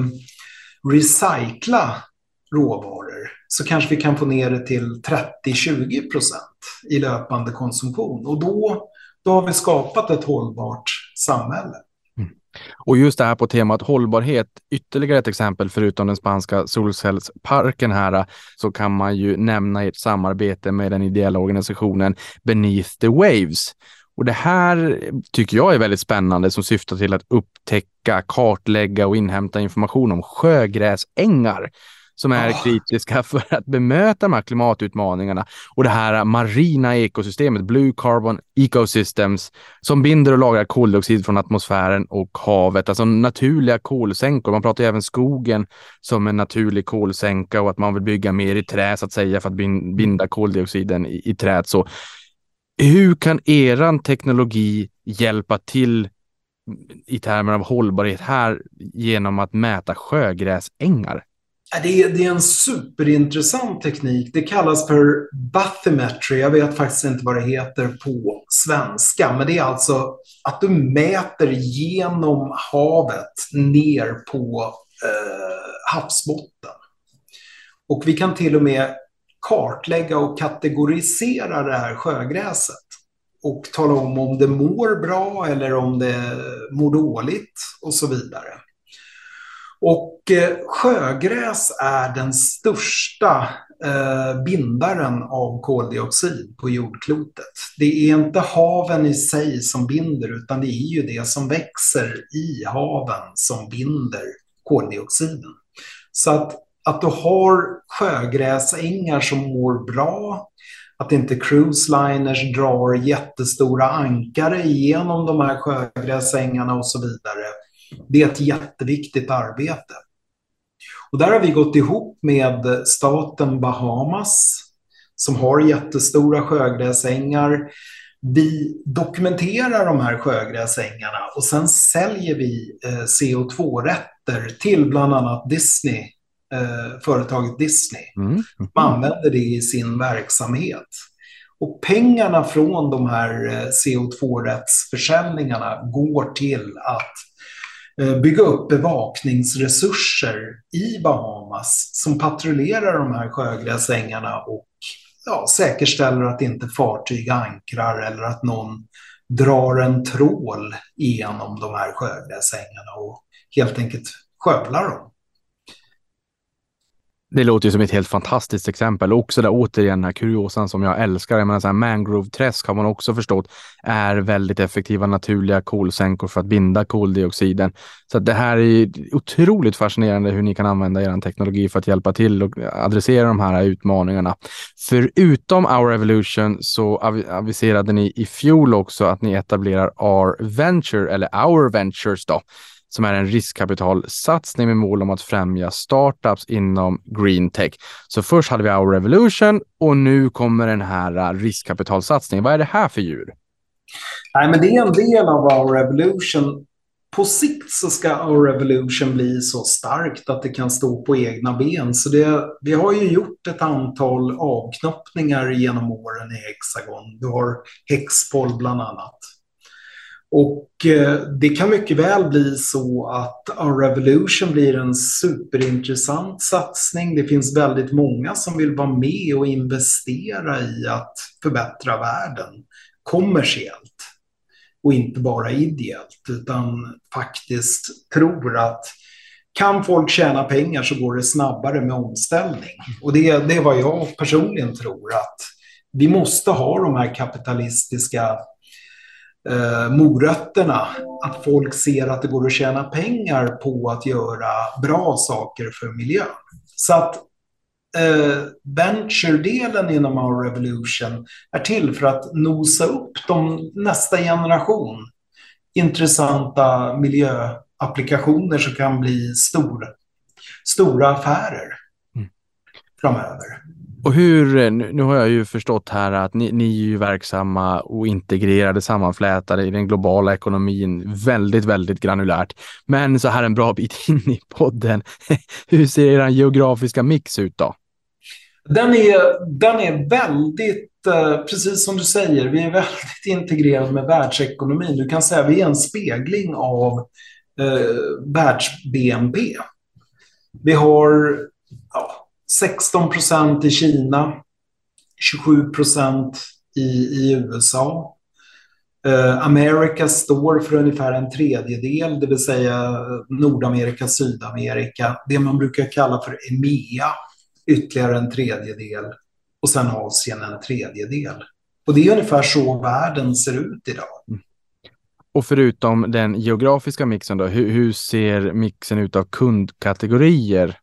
recycla råvaror, så kanske vi kan få ner det till 30-20% i löpande konsumtion. Och då har vi skapat ett hållbart samhälle.
Och just det här på temat hållbarhet, ytterligare ett exempel förutom den spanska solcellsparken här, så kan man ju nämna ert samarbete med den ideella organisationen Beneath the Waves. Och det här tycker jag är väldigt spännande, som syftar till att upptäcka, kartlägga och inhämta information om sjögräsängar som är kritiska för att bemöta de här klimatutmaningarna, och det här marina ekosystemet, Blue Carbon Ecosystems, som binder och lagrar koldioxid från atmosfären och havet, alltså naturliga kolsänkor. Man pratar ju även skogen som en naturlig kolsänka, och att man vill bygga mer i trä så att säga för att binda koldioxiden i träd. Så hur kan eran teknologi hjälpa till i termer av hållbarhet här genom att mäta sjögräsängar?
Det är en superintressant teknik. Det kallas för bathymetry. Jag vet faktiskt inte vad det heter på svenska. Men det är alltså att du mäter genom havet ner på havsbotten. Och vi kan till och med kartlägga och kategorisera det här sjögräset. Och tala om det mår bra eller om det mår dåligt och så vidare. Och sjögräs är den största bindaren av koldioxid på jordklotet. Det är inte haven i sig som binder, utan det är ju det som växer i haven som binder koldioxiden. Så att du har sjögräsängar som mår bra, att inte cruise liners drar jättestora ankare igenom de här sjögräsängarna och så vidare. Det är ett jätteviktigt arbete. Och där har vi gått ihop med staten Bahamas som har jättestora sjögräsängar. Vi dokumenterar de här sjögräsängarna och sen säljer vi CO2-rätter till bland annat Disney, företaget Disney. Man använder det i sin verksamhet. Och pengarna från de här CO2-rättsförsäljningarna går till att bygga upp bevakningsresurser i Bahamas som patrullerar de här sjögräsängarna och säkerställer att inte fartyg ankrar eller att någon drar en trål igenom de här sjögräsängarna och helt enkelt skövlar dem.
Det låter ju som ett helt fantastiskt exempel. Också där återigen den här kuriosan som jag älskar. Jag menar, så här mangrove-träsk har man också förstått är väldigt effektiva naturliga kolsänkor för att binda koldioxiden. Så att det här är otroligt fascinerande hur ni kan använda er teknologi för att hjälpa till och adressera de här utmaningarna. Förutom Our Evolution så aviserade ni i fjol också att ni etablerar Our Ventures då, som är en riskkapitalsatsning med mål om att främja startups inom green tech. Så först hade vi Our Revolution och nu kommer den här riskkapitalsatsningen. Vad är det här för djur?
Nej, men det är en del av Our Revolution. På sikt så ska Our Revolution bli så starkt att det kan stå på egna ben. Så vi har ju gjort ett antal avknoppningar genom åren i Hexagon. Du har Hexpol bland annat. Och det kan mycket väl bli så att Our Revolution blir en superintressant satsning. Det finns väldigt många som vill vara med och investera i att förbättra världen kommersiellt och inte bara ideellt, utan faktiskt tror att kan folk tjäna pengar så går det snabbare med omställning. Och det är vad jag personligen tror, att vi måste ha de här kapitalistiska morötterna, att folk ser att det går att tjäna pengar på att göra bra saker för miljön. Så att venture-delen inom Our Revolution är till för att nosa upp nästa generation intressanta miljöapplikationer som kan bli stora affärer framöver.
Och nu har jag ju förstått här att ni är ju verksamma och integrerade, sammanflätade i den globala ekonomin väldigt, väldigt granulärt. Men så här en bra bit in i podden, hur ser er geografiska mix ut då?
Den är väldigt, precis som du säger, vi är väldigt integrerade med världsekonomin. Du kan säga att vi är en spegling av världs-BNP. Vi har 16% i Kina, 27% i USA. Amerika står för ungefär en tredjedel, det vill säga Nordamerika, Sydamerika. Det man brukar kalla för EMEA, ytterligare en tredjedel. Och sen Asien en tredjedel. Och det är ungefär så världen ser ut idag.
Och förutom den geografiska mixen då, hur ser mixen ut av kundkategorier?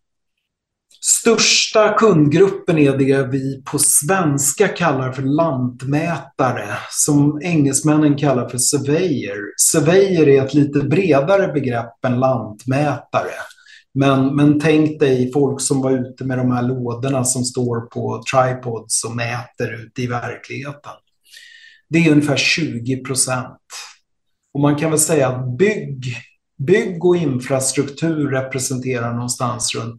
Största kundgruppen är det vi på svenska kallar för lantmätare, som engelsmännen kallar för surveyor. Surveyor är ett lite bredare begrepp än lantmätare. Men tänk dig folk som var ute med de här lådorna som står på tripods och mäter ute i verkligheten. Det är ungefär 20%. Och man kan väl säga att bygg och infrastruktur representerar någonstans runt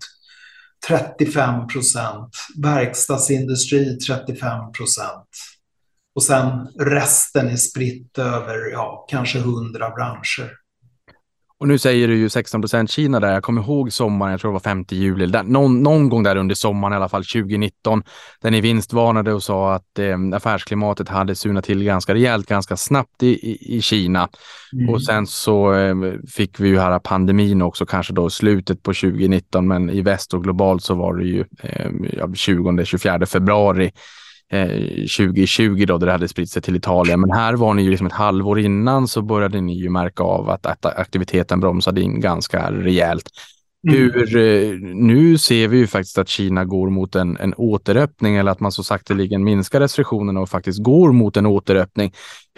35%, verkstadsindustri 35%. Och sen resten är spritt över kanske 100 branscher.
Och nu säger du ju 16% Kina där. Jag kommer ihåg sommaren, jag tror det var 5 juli. Någon gång där under sommaren i alla fall 2019. Där ni vinstvarnade och sa att affärsklimatet hade sunat till ganska rejält, ganska snabbt i Kina. Och sen så fick vi ju här pandemin också, kanske då slutet på 2019. Men i väst och globalt så var det ju 20-24 februari 2020 då, där det hade spritt sig till Italien. Men här var ni ju liksom ett halvår innan, så började ni ju märka av att aktiviteten bromsade in ganska rejält. Nu ser vi ju faktiskt att Kina går mot en återöppning, eller att man så sakteligen minskar restriktionerna och faktiskt går mot en återöppning.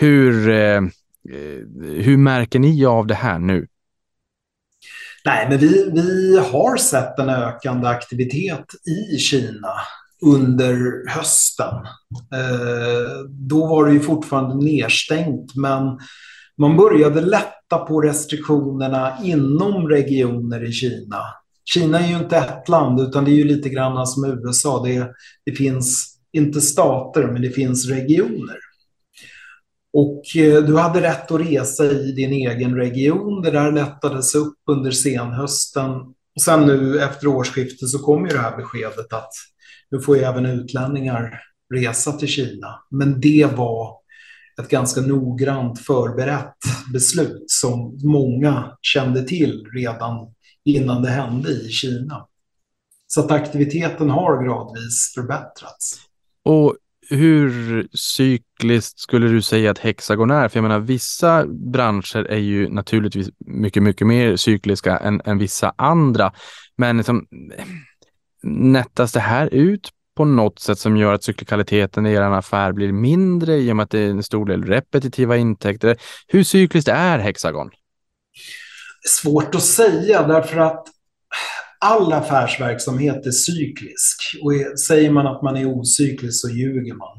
Hur märker ni av det här nu?
Nej, men vi har sett en ökande aktivitet i Kina under hösten. Då var det ju fortfarande nedstängt, men man började lätta på restriktionerna inom regioner i Kina. Kina är ju inte ett land, utan det är ju lite grann som USA. Det finns inte stater, men det finns regioner. Och du hade rätt att resa i din egen region. Det där lättades upp under senhösten. Och sen nu efter årsskiftet så kom ju det här beskedet att nu får ju även utlänningar resa till Kina. Men det var ett ganska noggrant förberett beslut som många kände till redan innan det hände i Kina. Så att aktiviteten har gradvis förbättrats.
Och hur cykliskt skulle du säga att Hexagon är? För jag menar, vissa branscher är ju naturligtvis mycket, mycket mer cykliska än vissa andra. Men liksom, nättas det här ut på något sätt som gör att cyklikaliteten i er affär blir mindre i och med att det är en stor del repetitiva intäkter? Hur cykliskt är Hexagon?
Svårt att säga, därför att all affärsverksamhet är cyklisk. Och säger man att man är ocyklisk så ljuger man.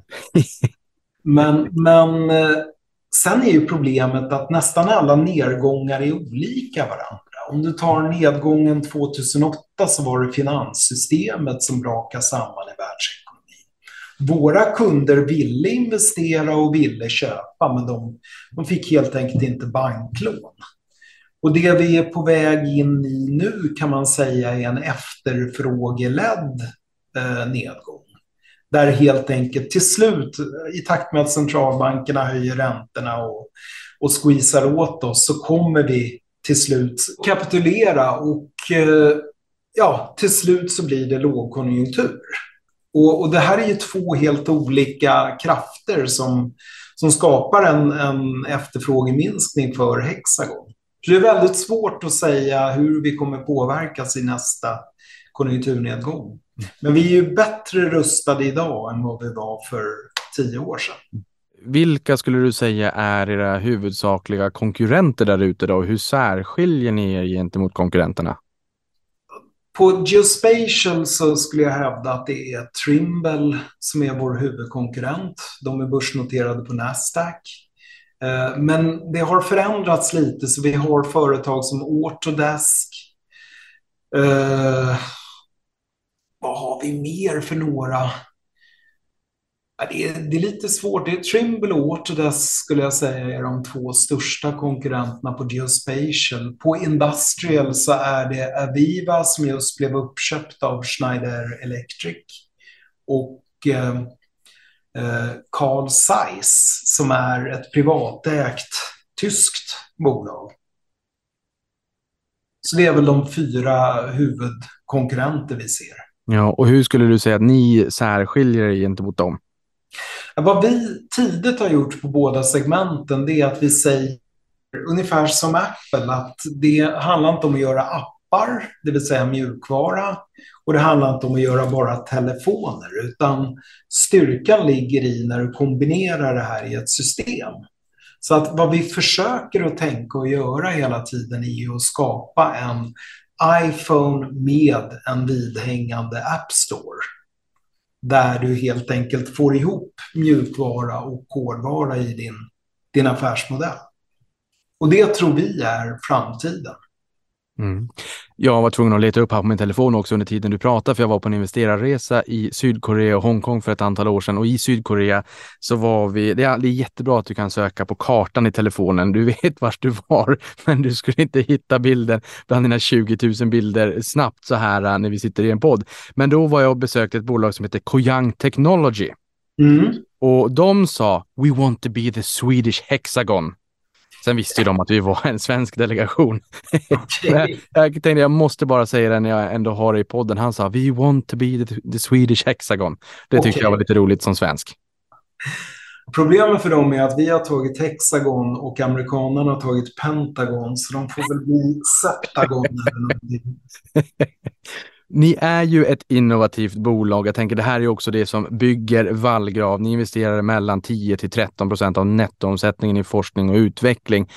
Men sen är ju problemet att nästan alla nedgångar är olika varandra. Om du tar nedgången 2008 så var det finanssystemet som brakade samman i världsekonomin. Våra kunder ville investera och ville köpa, men de fick helt enkelt inte banklån. Och det vi är på väg in i nu kan man säga är en efterfrågeledd nedgång. Där helt enkelt till slut, i takt med att centralbankerna höjer räntorna och squeezar åt oss, så kommer vi till slut kapitulera och till slut så blir det lågkonjunktur. Och det här är ju två helt olika krafter som skapar en efterfrågeminskning för Hexagon. Så det är väldigt svårt att säga hur vi kommer påverkas i nästa konjunkturnedgång. Men vi är ju bättre rustade idag än vad vi var för 10 år sedan.
Vilka skulle du säga är era huvudsakliga konkurrenter där ute då? Hur särskiljer ni er gentemot konkurrenterna?
På Geospatial så skulle jag hävda att det är Trimble som är vår huvudkonkurrent. De är börsnoterade på Nasdaq. Men det har förändrats lite, så vi har företag som Autodesk. Vad har vi mer för några? Det är lite svårt. Det är Trimble och Autodesk skulle jag säga är de 2 största konkurrenterna på Geospatial. På Industrial så är det Aviva som just blev uppköpt av Schneider Electric. Och Carl Zeiss som är ett privatägt tyskt bolag. Så det är väl de 4 huvudkonkurrenter vi ser.
Ja, och hur skulle du säga att ni särskiljer er gentemot dem?
Vad vi tidigt har gjort på båda segmenten, det är att vi säger ungefär som Apple, att det handlar inte om att göra appar, det vill säga mjukvara, och det handlar inte om att göra bara telefoner, utan styrkan ligger i när du kombinerar det här i ett system. Så att vad vi försöker att tänka och göra hela tiden är att skapa en iPhone med en vidhängande App Store. Där du helt enkelt får ihop mjukvara och kodvara i din affärsmodell. Och det tror vi är framtiden.
Mm. Jag var tvungen att leta upp här på min telefon också under tiden du pratade, för jag var på en investerarresa i Sydkorea och Hongkong för ett antal år sedan, och i Sydkorea så var vi, det är jättebra att du kan söka på kartan i telefonen, du vet vart du var, men du skulle inte hitta bilden bland dina 20 000 bilder snabbt så här när vi sitter i en podd. Men då var jag och besökte ett bolag som heter Kojang Technology. Och de sa, we want to be the Swedish Hexagon. Sen visste ju de att vi var en svensk delegation.
Okay.
Jag tänkte jag måste bara säga det när jag ändå har det i podden. Han sa, we want to be the Swedish Hexagon. Det tyckte jag var lite roligt som svensk.
Problemet för dem är att vi har tagit Hexagon och amerikanerna har tagit Pentagon, så de får väl bli Septagon.
Ni är ju ett innovativt bolag. Jag tänker det här är också det som bygger Vallgrav. Ni investerar mellan 10-13% av nettoomsättningen i forskning och utveckling.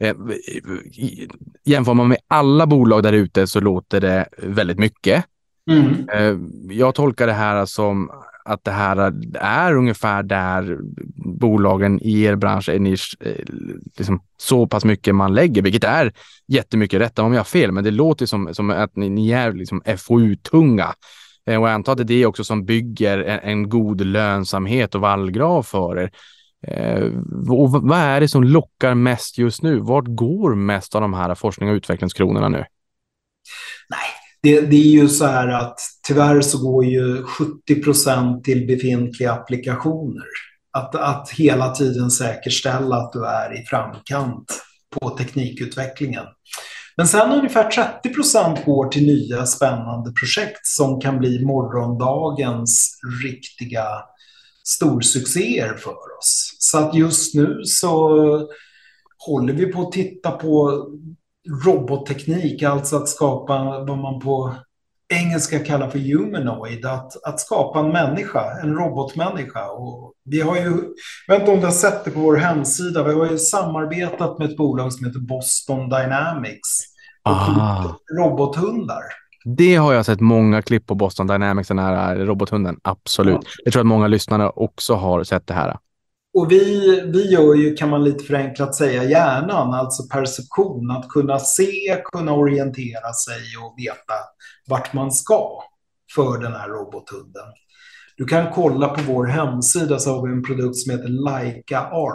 Jämför man med alla bolag där ute så låter det väldigt mycket. Jag tolkar det här som att det här är ungefär där bolagen i er bransch är liksom så pass mycket man lägger, vilket är jättemycket, rätt om jag har fel, men det låter som att ni är liksom FoU-tunga. Och jag antar att det är också som bygger en god lönsamhet och vallgrav för er. Och vad är det som lockar mest just nu? Vart går mest av de här forskning- och utvecklingskronorna nu?
Nej. Det är ju så här att tyvärr så går ju 70% till befintliga applikationer. Att hela tiden säkerställa att du är i framkant på teknikutvecklingen. Men sen ungefär 30% går till nya spännande projekt som kan bli morgondagens riktiga storsuccéer för oss. Så att just nu så håller vi på att titta på robotteknik, alltså att skapa vad man på engelska kallar för humanoid, att skapa en människa, en robotmänniska. Och vi har ju, jag vet inte om du har sett det på vår hemsida, vi har ju samarbetat med ett bolag som heter Boston Dynamics och robothundar.
Det har jag sett många klipp på Boston Dynamics, den här robothunden, absolut. Ja. Jag tror att många lyssnare också har sett det här.
Och vi gör ju, kan man lite förenklat säga, hjärnan, alltså perception, att kunna se, kunna orientera sig och veta vart man ska för den här robothunden. Du kan kolla på vår hemsida, så har vi en produkt som heter Leica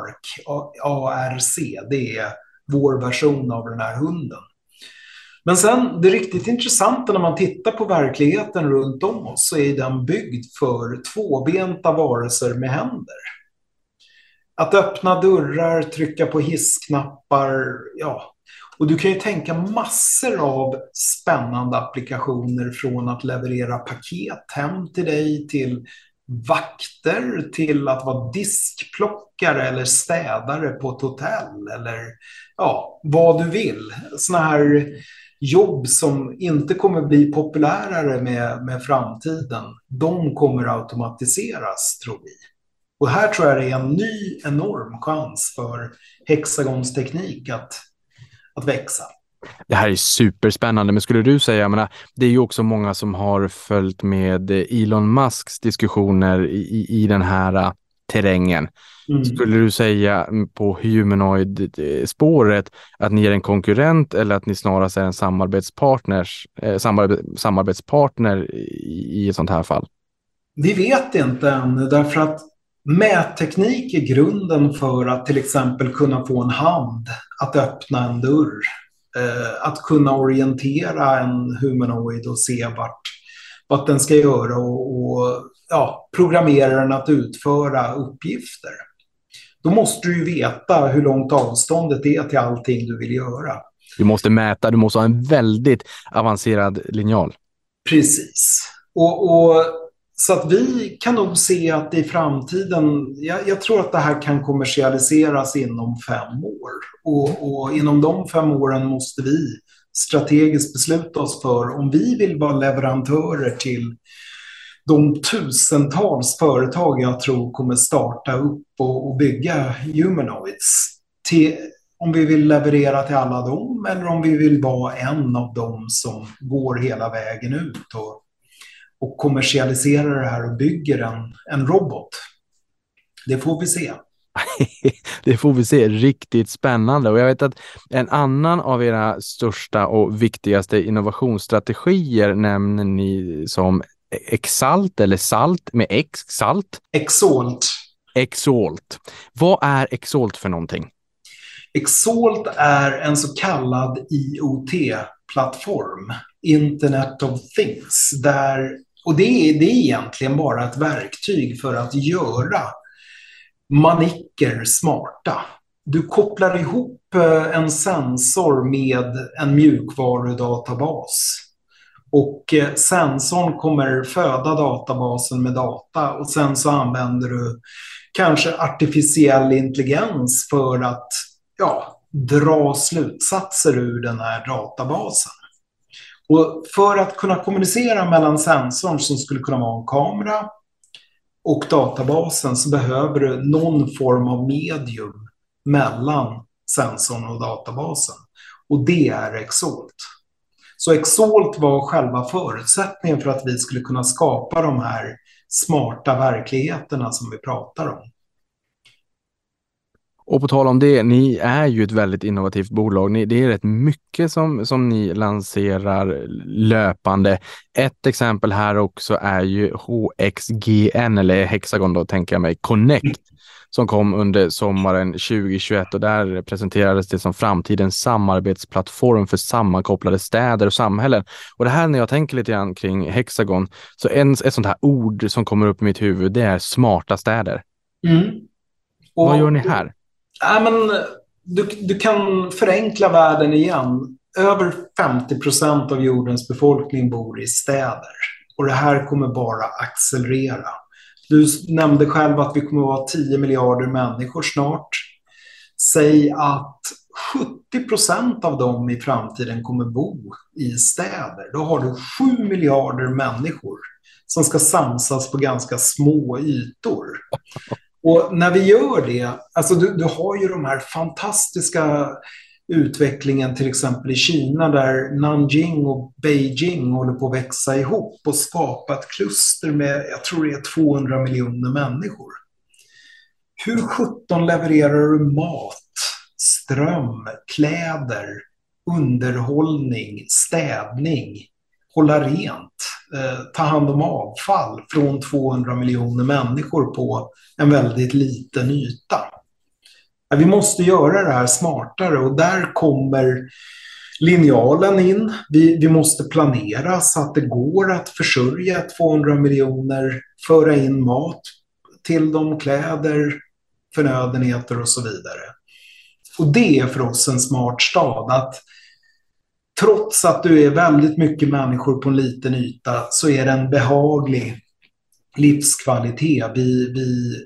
ARC. Det är vår version av den här hunden. Men sen, det riktigt intressanta när man tittar på verkligheten runt om oss, så är den byggd för tvåbenta varelser med händer. Att öppna dörrar, trycka på hissknappar, ja. Och du kan ju tänka massor av spännande applikationer, från att leverera paket hem till dig, till vakter, till att vara diskplockare eller städare på ett hotell, eller ja, vad du vill. Såna här jobb som inte kommer bli populärare med framtiden, de kommer automatiseras, tror vi. Och här tror jag det är en ny enorm chans för Hexagons teknik att växa.
Det här är superspännande, men skulle du säga, jag menar, det är ju också många som har följt med Elon Musks diskussioner i den här terrängen. Skulle du säga på humanoid-spåret att ni är en konkurrent, eller att ni snarast är en samarbetspartner i ett sånt här fall?
Vi vet inte ännu, därför att mätteknik är grunden för att till exempel kunna få en hand att öppna en dörr. Att kunna orientera en humanoid och se vart den ska göra och programmera den att utföra uppgifter. Då måste du ju veta hur långt avståndet är till allting du vill göra.
Du måste mäta, du måste ha en väldigt avancerad linjal.
Precis. Och så att vi kan nog se att i framtiden, jag tror att det här kan kommersialiseras inom 5 år. Och inom de 5 åren måste vi strategiskt besluta oss för om vi vill vara leverantörer till de tusentals företag jag tror kommer starta upp och bygga humanoids. Om vi vill leverera till alla dem, eller om vi vill vara en av dem som går hela vägen ut och kommersialiserar det här och bygger en robot. Det får vi se.
Det får vi se. Riktigt spännande. Och jag vet att en annan av era största och viktigaste innovationsstrategier nämner ni som Exalt, eller Salt med X, Salt? Exalt. Vad är Exalt för någonting?
Exalt är en så kallad IoT-plattform, Internet of Things, och det är egentligen bara ett verktyg för att göra manicker smarta. Du kopplar ihop en sensor med en mjukvarudatabas. Och sensorn kommer föda databasen med data, och sen så använder du kanske artificiell intelligens för att dra slutsatser ur den här databasen. Och för att kunna kommunicera mellan sensorn, som skulle kunna vara en kamera, och databasen, så behöver du någon form av medium mellan sensorn och databasen. Och det är Exalt. Så Exalt var själva förutsättningen för att vi skulle kunna skapa de här smarta verkligheterna som vi pratar om.
Och på tal om det, ni är ju ett väldigt innovativt bolag. Det är rätt mycket som ni lanserar löpande. Ett exempel här också är ju HXGN, eller Hexagon då, tänker jag mig, Connect, som kom under sommaren 2021, och där presenterades det som framtidens samarbetsplattform för sammankopplade städer och samhällen. Och det här, när jag tänker lite grann kring Hexagon, så ett sånt här ord som kommer upp i mitt huvud, det är smarta städer. Vad gör ni här?
Men du kan förenkla världen igen. över 50% av jordens befolkning bor i städer. Och det här kommer bara accelerera. Du nämnde själv att vi kommer att vara 10 miljarder människor snart. Säg att 70% av dem i framtiden kommer bo i städer. Då har du 7 miljarder människor som ska samsas på ganska små ytor. Och när vi gör det, alltså du har ju de här fantastiska utvecklingen till exempel i Kina där Nanjing och Beijing håller på att växa ihop och skapa ett kluster med, jag tror det är 200 miljoner människor. Hur 17 levererar du mat, ström, kläder, underhållning, städning, hålla rent, ta hand om avfall från 200 miljoner människor på en väldigt liten yta? Vi måste göra det här smartare och där kommer linjalen in. Vi måste planera så att det går att försörja 200 miljoner, föra in mat till dem, kläder, förnödenheter och så vidare. Och det är för oss en smart stad att trots att du är väldigt mycket människor på en liten yta så är det en behaglig livskvalitet. Vi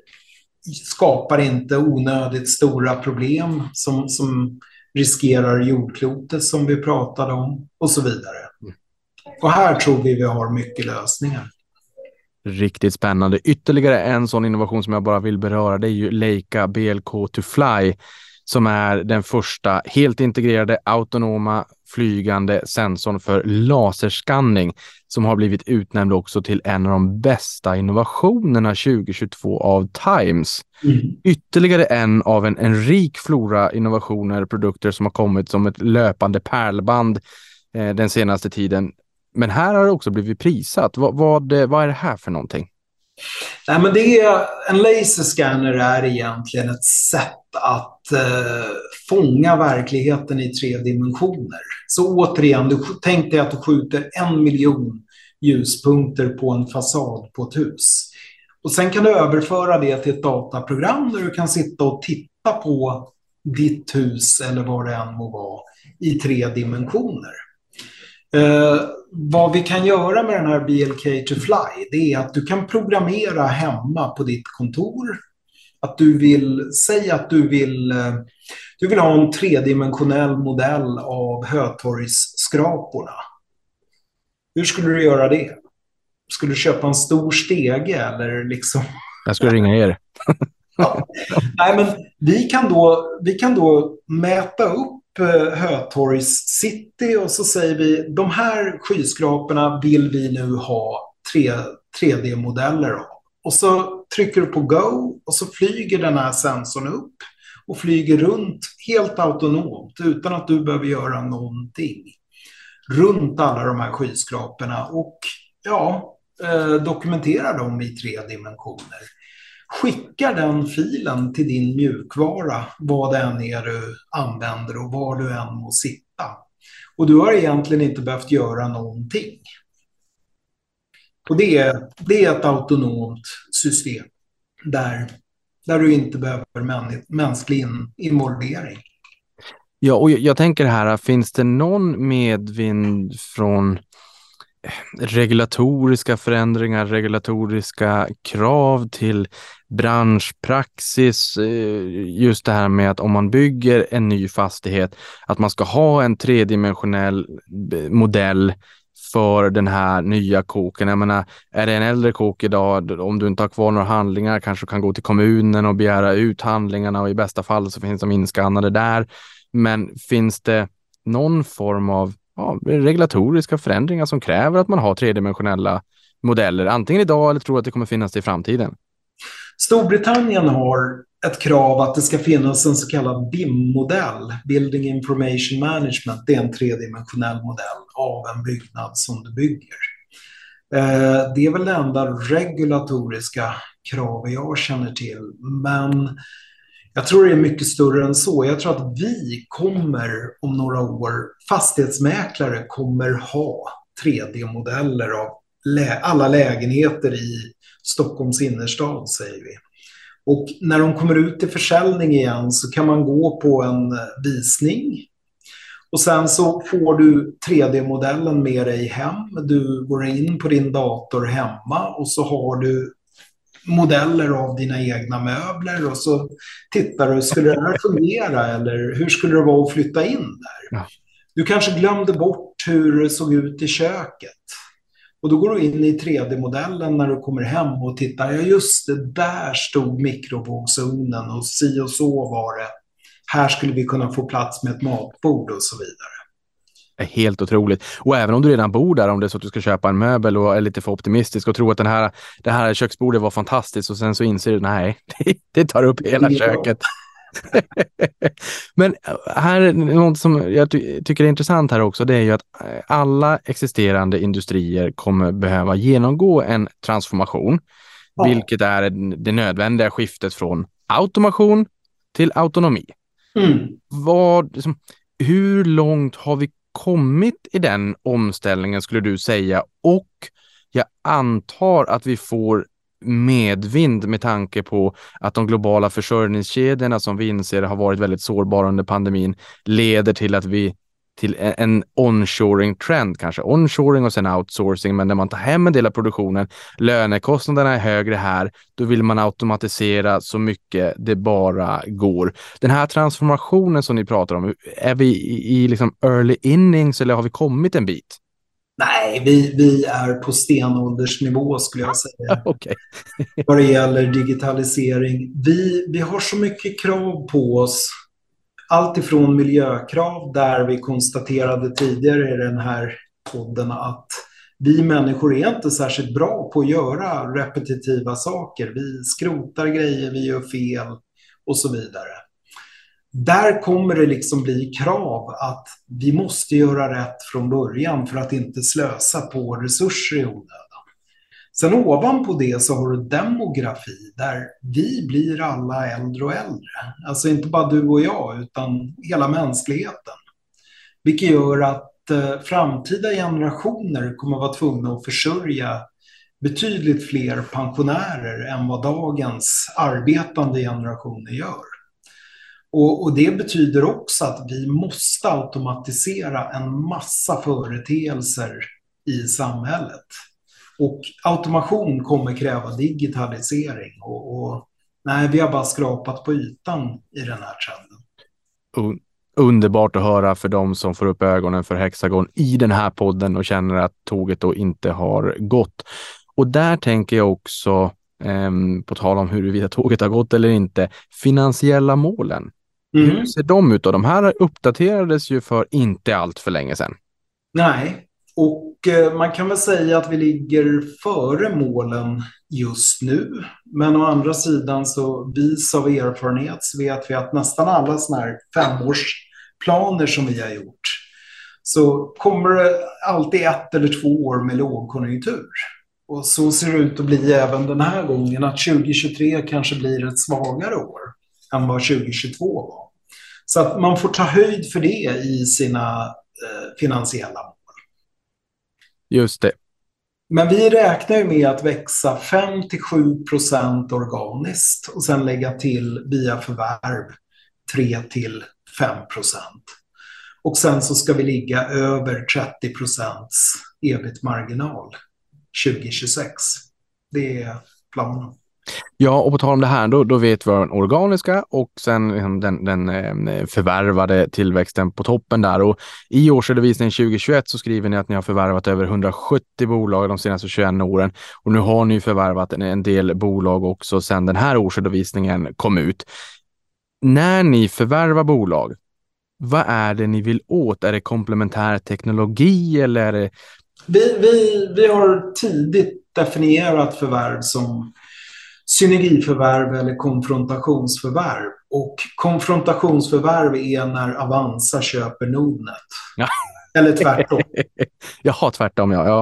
skapar inte onödigt stora problem som riskerar jordklotet som vi pratade om och så vidare. Och här tror vi har mycket lösningar.
Riktigt spännande. Ytterligare en sån innovation som jag bara vill beröra, det är ju Leica BLK2Fly som är den första helt integrerade autonoma flygande sensorn för laserskanning som har blivit utnämnd också till en av de bästa innovationerna 2022 av Times. Ytterligare en av en rik flora innovationer, produkter som har kommit som ett löpande pärlband den senaste tiden. Men här har det också blivit prisat. Vad är det här för någonting?
Nej, men en laserscanner är egentligen ett sätt att fånga verkligheten i 3 dimensioner. Så återigen, du tänk dig att du skjuter 1 miljon ljuspunkter på en fasad på ett hus. Och sen kan du överföra det till ett dataprogram där du kan sitta och titta på ditt hus eller vad det än må vara i 3 dimensioner. Vad vi kan göra med den här BLK2Fly, det är att du kan programmera hemma på ditt kontor att du vill ha en 3-dimensionell modell av Hötorgsskraporna. Hur skulle du göra det? Skulle du köpa en stor stege eller liksom?
Jag skulle ringa er.
Ja. Nej, men vi kan då mäta upp Hötorgs city och så säger vi de här skyskraporna vill vi nu ha 3D-modeller av. Och så trycker du på go och så flyger den här sensorn upp och flyger runt helt autonomt utan att du behöver göra någonting. Runt alla de här skyskraporna och dokumenterar dem i 3 dimensioner. Skickar den filen till din mjukvara, vad det än är du använder och var du än må sitta. Och du har egentligen inte behövt göra någonting. Och det är ett autonomt system där du inte behöver mänsklig involvering.
Ja, och jag tänker här, finns det någon medvind från regulatoriska förändringar, regulatoriska krav till branschpraxis, just det här med att om man bygger en ny fastighet att man ska ha en 3-dimensionell modell för den här nya koken. Jag menar, är det en äldre kok idag, om du inte har kvar några handlingar kanske du kan gå till kommunen och begära ut handlingarna och i bästa fall så finns de inskannade där. Men finns det någon form av regulatoriska förändringar som kräver att man har 3-dimensionella modeller, antingen idag eller tror att det kommer finnas i framtiden?
Storbritannien har ett krav att det ska finnas en så kallad BIM-modell, Building Information Management. Det är en 3-dimensionell modell av en byggnad som du bygger. Det är väl det enda regulatoriska krav jag känner till, men jag tror det är mycket större än så. Jag tror att vi kommer om några år, fastighetsmäklare kommer ha 3D-modeller av alla lägenheter i Stockholms innerstad, säger vi. Och när de kommer ut till försäljning igen så kan man gå på en visning Och sen så får du 3D-modellen med dig hem. Du går in på din dator hemma och så har du modeller av dina egna möbler och så tittar du, skulle det här fungera eller hur skulle det vara att flytta in där?
Ja.
Du kanske glömde bort hur det såg ut i köket. Och då går du in i 3D-modellen när du kommer hem och tittar, ja just det, där stod mikrovågsugnen och så var det. Här skulle vi kunna få plats med ett matbord och så vidare.
Är helt otroligt. Och även om du redan bor där, om det är så att du ska köpa en möbel och är lite för optimistisk och tror att det här köksbordet var fantastiskt och sen så inser du, nej, det tar upp hela köket. Men här är något som jag tycker är intressant här också, det är ju att alla existerande industrier kommer behöva genomgå en transformation, vilket är det nödvändiga skiftet från automation till autonomi. Hur långt har vi kommit i den omställningen skulle du säga, och jag antar att vi får medvind med tanke på att de globala försörjningskedjorna som vi inser har varit väldigt sårbara under pandemin leder till att vi till en onshoring-trend, kanske onshoring och sen outsourcing, men när man tar hem en del av produktionen, lönekostnaderna är högre här, då vill man automatisera så mycket det bara går. Den här transformationen som ni pratar om, är vi i liksom early innings eller har vi kommit en bit?
Nej, vi är på stenåldersnivå skulle jag säga.
Okay.
Vad det gäller digitalisering. Vi har så mycket krav på oss. Allt ifrån miljökrav där vi konstaterade tidigare i den här podden att vi människor är inte särskilt bra på att göra repetitiva saker. Vi skrotar grejer, vi gör fel och så vidare. Där kommer det liksom bli krav att vi måste göra rätt från början för att inte slösa på resurser i onödan. Sen ovanpå det så har du demografi där vi blir alla äldre och äldre. Alltså inte bara du och jag utan hela mänskligheten. Vilket gör att framtida generationer kommer vara tvungna att försörja betydligt fler pensionärer än vad dagens arbetande generationer gör. Och det betyder också att vi måste automatisera en massa företeelser i samhället. Och automation kommer kräva digitalisering. Och nej, vi har bara skrapat på ytan i den här trenden.
Underbart att höra för de som får upp ögonen för Hexagon i den här podden och känner att tåget då inte har gått. Och där tänker jag också, på tal om huruvida tåget har gått eller inte, finansiella målen. Hur ser de ut då? De här uppdaterades ju för inte allt för länge sedan.
Nej, och man kan väl säga att vi ligger före målen just nu. Men å andra sidan så vis av erfarenhet så vet vi att nästan alla såna här 5-årsplaner som vi har gjort så kommer det alltid 1 eller 2 år med lågkonjunktur. Och så ser det ut att bli även den här gången att 2023 kanske blir ett svagare år än vad 2022 var. Så att man får ta höjd för det i sina finansiella mål.
Just det.
Men vi räknar ju med att växa 5-7% organiskt och sen lägga till via förvärv 3-5%. Och sen så ska vi ligga över 30% ebit-marginal 2026. Det är planen.
Ja, och på tal om det här, då vet vi den organiska och sen den förvärvade tillväxten på toppen där. Och i årsredovisningen 2021 så skriver ni att ni har förvärvat över 170 bolag de senaste 21 åren. Och nu har ni förvärvat en del bolag också sedan den här årsredovisningen kom ut. När ni förvärvar bolag, vad är det ni vill åt? Är det komplementär teknologi eller är det...
Vi har tidigt definierat förvärv som synergiförvärv eller konfrontationsförvärv. Och konfrontationsförvärv är när Avanza köper Nordnet.
Ja.
Eller tvärtom.
Jaha, tvärtom, ja.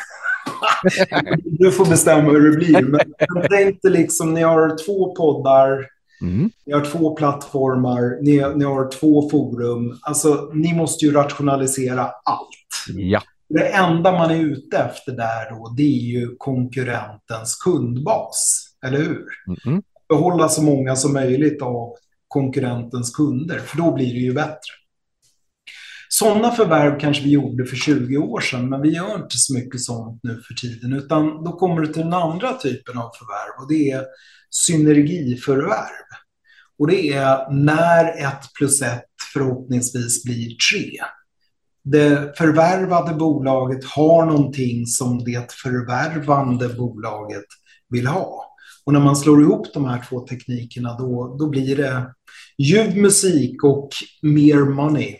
Du får bestämma hur det blir. Men tänk dig liksom, ni har 2 poddar, ni har 2 plattformar, ni har 2 forum. Alltså, ni måste ju rationalisera allt.
Ja.
Det enda man är ute efter där då, det är ju konkurrentens kundbas. Eller hur? Behålla så många som möjligt av konkurrentens kunder. För då blir det ju bättre. Sådana förvärv kanske vi gjorde för 20 år sedan, men vi gör inte så mycket sånt nu för tiden, utan då kommer det till den andra typen av förvärv och det är synergiförvärv. Och det är när 1 + 1 förhoppningsvis blir 3. Det förvärvade bolaget har någonting som det förvärvande bolaget vill ha. Och när man slår ihop de här två teknikerna då blir det ljud, musik och mer money.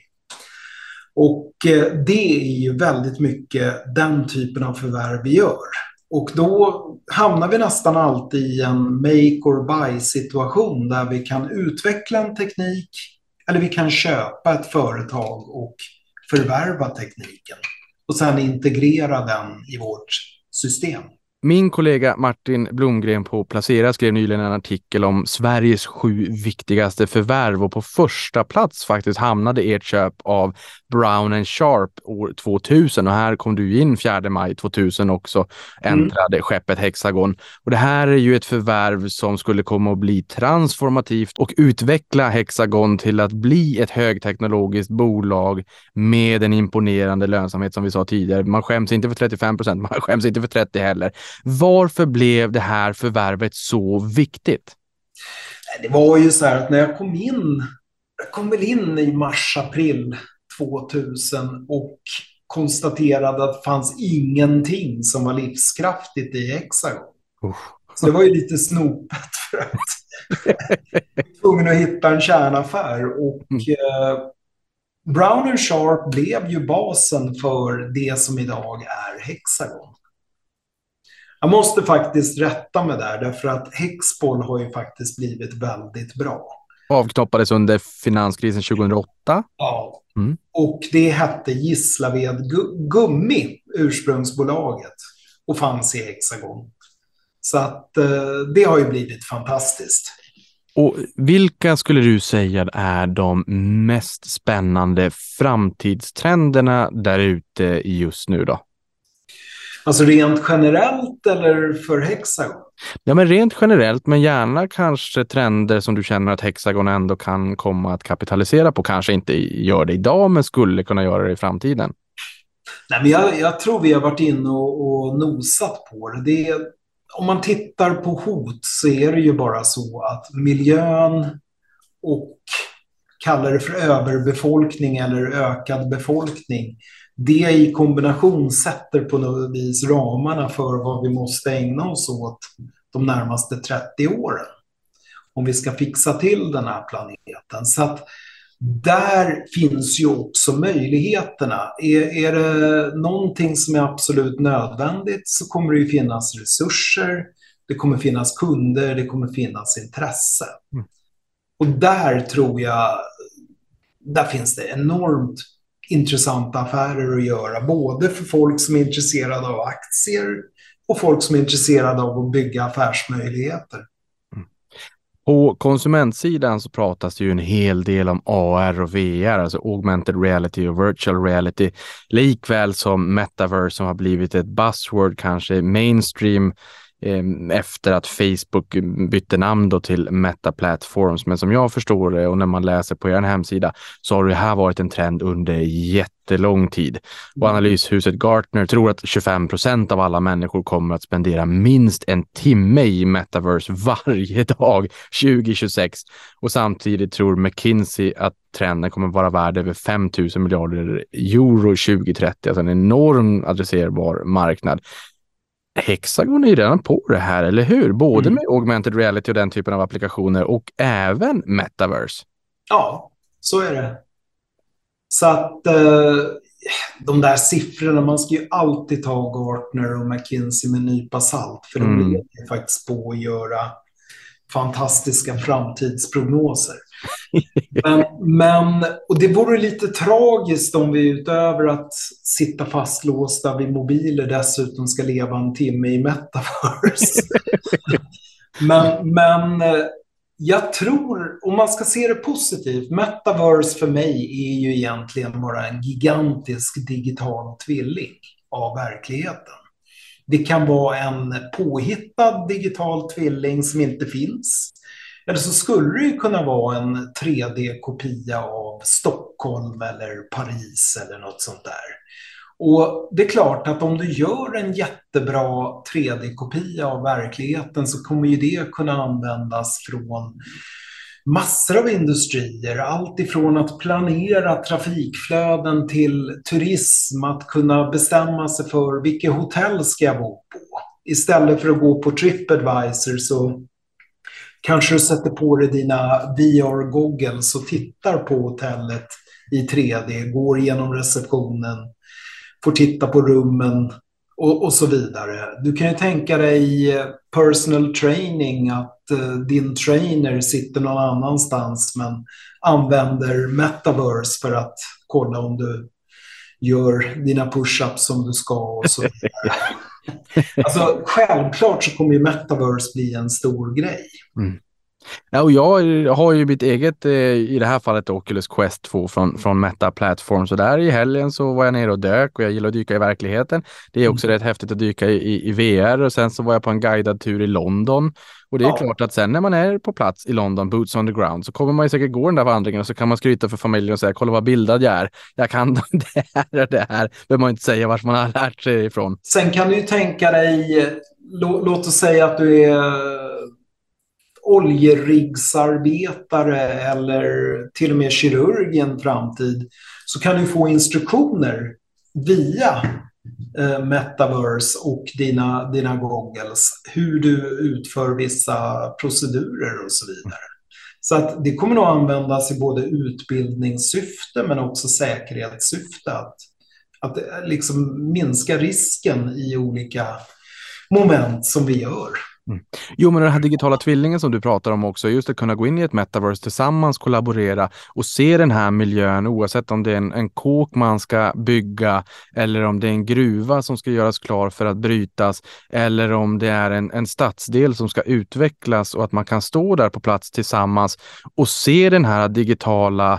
Och det är ju väldigt mycket den typen av förvärv vi gör. Och då hamnar vi nästan alltid i en make or buy situation där vi kan utveckla en teknik eller vi kan köpa ett företag och förvärva tekniken och sedan integrera den i vårt system.
Min kollega Martin Blomgren på Placera skrev nyligen en artikel om Sveriges 7 viktigaste förvärv och på första plats faktiskt hamnade ert köp av Brown & Sharp år 2000 och här kom du in 4 maj 2000 också, äntrade skeppet Hexagon. Och det här är ju ett förvärv som skulle komma att bli transformativt och utveckla Hexagon till att bli ett högteknologiskt bolag med en imponerande lönsamhet som vi sa tidigare. Man skäms inte för 35%, man skäms inte för 30% heller. Varför blev det här förvärvet så viktigt?
Det var ju så här att när jag kom väl in i mars-april 2000 och konstaterade att det fanns ingenting som var livskraftigt i Hexagon. Så det var ju lite snopet för att jag var tvungen att hitta en kärnaffär och Brown & Sharp blev ju basen för det som idag är Hexagon. Jag måste faktiskt rätta mig där därför att Hexpol har ju faktiskt blivit väldigt bra.
Avknoppades under finanskrisen 2008.
Ja, och det hette Gislaved Gummi, ursprungsbolaget, och fanns i Hexagon. Så att det har ju blivit fantastiskt.
Och vilka skulle du säga är de mest spännande framtidstrenderna där ute just nu då?
Alltså rent generellt eller för Hexagon?
Ja, men rent generellt, men gärna kanske trender som du känner att Hexagon ändå kan komma att kapitalisera på. Kanske inte gör det idag, men skulle kunna göra det i framtiden.
Nej, men jag tror vi har varit inne och nosat på det. Om man tittar på hot så är det ju bara så att miljön och kallar det för överbefolkning eller ökad befolkning, det i kombination sätter på något vis ramarna för vad vi måste ägna oss åt de närmaste 30 åren. Om vi ska fixa till den här planeten. Så att där finns ju också möjligheterna. Är det någonting som är absolut nödvändigt så kommer det ju finnas resurser, det kommer finnas kunder, det kommer finnas intresse. Och där tror jag, där finns det enormt intressanta affärer att göra, både för folk som är intresserade av aktier och folk som är intresserade av att bygga affärsmöjligheter.
På konsumentsidan så pratas det ju en hel del om AR och VR, alltså augmented reality och virtual reality, likväl som metaverse som har blivit ett buzzword, kanske mainstream efter att Facebook bytte namn då till Meta Platforms. Men som jag förstår det och när man läser på er hemsida så har det här varit en trend under jättelång tid. Och analyshuset Gartner tror att 25% av alla människor kommer att spendera minst en timme i Metaverse varje dag 2026. Och samtidigt tror McKinsey att trenden kommer vara värd över 5 000 miljarder euro 2030. Alltså en enorm adresserbar marknad. Hexagon är ju redan på det här, eller hur? Både med augmented reality och den typen av applikationer och även metaverse.
Ja, så är det. Så att de där siffrorna, man ska ju alltid ta Gartner och McKinsey med en nypa salt, för de leder faktiskt på att göra fantastiska framtidsprognoser. Men och det vore lite tragiskt om vi utöver att sitta fastlåsta vid mobiler dessutom ska leva en timme i metaverse. men jag tror, om man ska se det positivt, metaverse för mig är ju egentligen bara en gigantisk digital tvilling av verkligheten. Det kan vara en påhittad digital tvilling som inte finns. Eller så skulle det ju kunna vara en 3D-kopia av Stockholm eller Paris eller något sånt där. Och det är klart att om du gör en jättebra 3D-kopia av verkligheten så kommer ju det kunna användas från massor av industrier. Allt ifrån att planera trafikflöden till turism, att kunna bestämma sig för vilket hotell ska jag bo på. Istället för att gå på TripAdvisor så kanske du sätter på dig dina VR-goggles och tittar på hotellet i 3D, går igenom receptionen, får titta på rummen och så vidare. Du kan ju tänka dig personal training, att din trainer sitter någon annanstans men använder metaverse för att kolla om du gör dina push-ups som du ska och så vidare. Alltså, självklart så kommer ju metaverse bli en stor grej.
Mm. Ja, och jag har ju mitt eget, i det här fallet Oculus Quest 2 från Meta Platform. Så där i helgen så var jag nere och dök, och jag gillar att dyka i verkligheten. Det är också rätt häftigt att dyka i VR, och sen så var jag på en guidad tur i London. Och det är klart att sen när man är på plats i London, boots on the ground, så kommer man ju säkert gå den där vandringen och så kan man skryta för familjen och säga, kolla vad bildad jag är. Jag kan det här och det här. Behöver man inte säga vart man har lärt sig ifrån.
Sen kan du ju tänka dig, låt oss säga att du är oljeriggsarbetare eller till och med kirurg i en framtid, så kan du få instruktioner via metaverse och dina goggles hur du utför vissa procedurer och så vidare. Så att det kommer nog användas i både utbildningssyfte men också säkerhetssyfte, att liksom minska risken i olika moment som vi gör.
Mm. Jo, men den här digitala tvillingen som du pratar om också, just att kunna gå in i ett metaverse tillsammans, kollaborera och se den här miljön, oavsett om det är en kåk man ska bygga eller om det är en gruva som ska göras klar för att brytas, eller om det är en stadsdel som ska utvecklas, och att man kan stå där på plats tillsammans och se den här digitala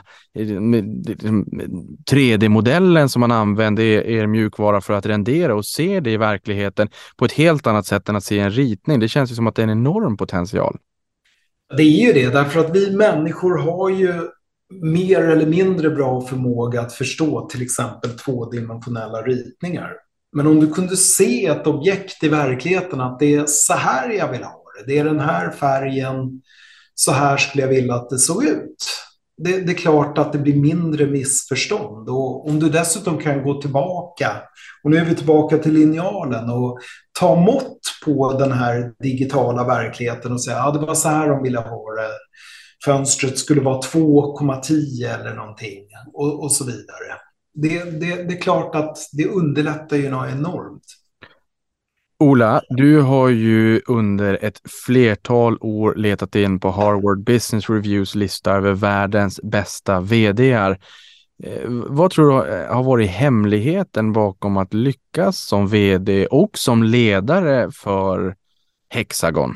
3D-modellen som man använder er mjukvara för att rendera, och se det i verkligheten på ett helt annat sätt än att se en ritning. Det känns ju som att det är en enorm potential.
Det är ju det, därför att vi människor har ju mer eller mindre bra förmåga att förstå till exempel tvådimensionella ritningar. Men om du kunde se ett objekt i verkligheten, att det är så här jag vill ha det, det är den här färgen, så här skulle jag vilja att det såg ut. Det är klart att det blir mindre missförstånd. Och om du dessutom kan gå tillbaka, och nu är vi tillbaka till linjalen, och ta mått på den här digitala verkligheten och säga, ja, det var så här de ville ha det. Fönstret skulle vara 2,10 eller någonting och så vidare. Det är klart att det underlättar ju något enormt.
Ola, du har ju under ett flertal år letat in på Harvard Business Reviews lista över världens bästa vd:ar. Vad tror du har varit hemligheten bakom att lyckas som vd och som ledare för Hexagon?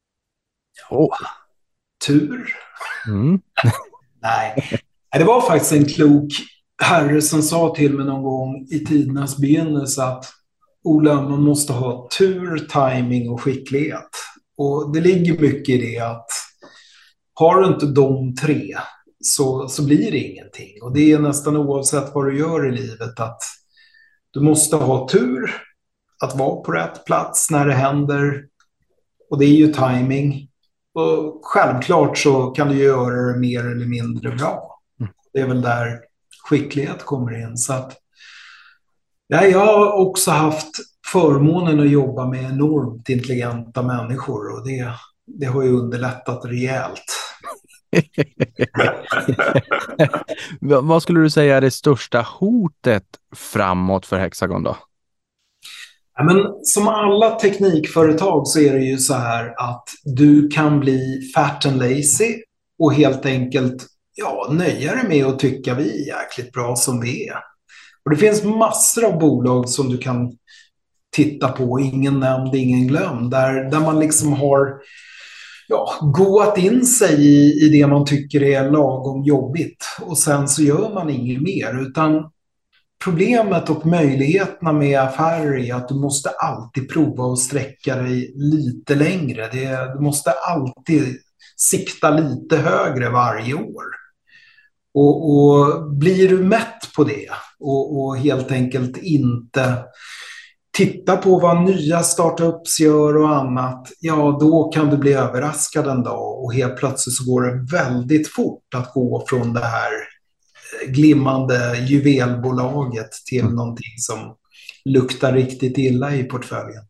Tur.
Mm.
Nej, det var faktiskt en klok herre som sa till mig någon gång i tidernas begynnelse att Ola, man måste ha tur, timing och skicklighet. Och det ligger mycket i det, att har du inte de tre så blir det ingenting. Och det är nästan oavsett vad du gör i livet, att du måste ha tur, att vara på rätt plats när det händer. Och det är ju timing. Och självklart så kan du göra det mer eller mindre bra. Det är väl där skicklighet kommer in. Så att, ja, jag har också haft förmånen att jobba med enormt intelligenta människor, och det har ju underlättat rejält.
Vad skulle du säga är det största hotet framåt för Hexagon då?
Ja, men som alla teknikföretag så är det ju så här att du kan bli fat and lazy och helt enkelt nöja dig med att tycka vi är jäkligt bra som vi är. Och det finns massor av bolag som du kan titta på, ingen nämnd, ingen glömd, där man liksom har gåat in sig i det man tycker är lagom jobbigt, och sen så gör man inget mer. Utan problemet och möjligheterna med affärer är att du måste alltid prova att sträcka dig lite längre. Du måste alltid sikta lite högre varje år. Och blir du mätt på det och helt enkelt inte titta på vad nya startups gör och annat, ja då kan du bli överraskad en dag och helt plötsligt så går det väldigt fort att gå från det här glimmande juvelbolaget till någonting som luktar riktigt illa i portföljen.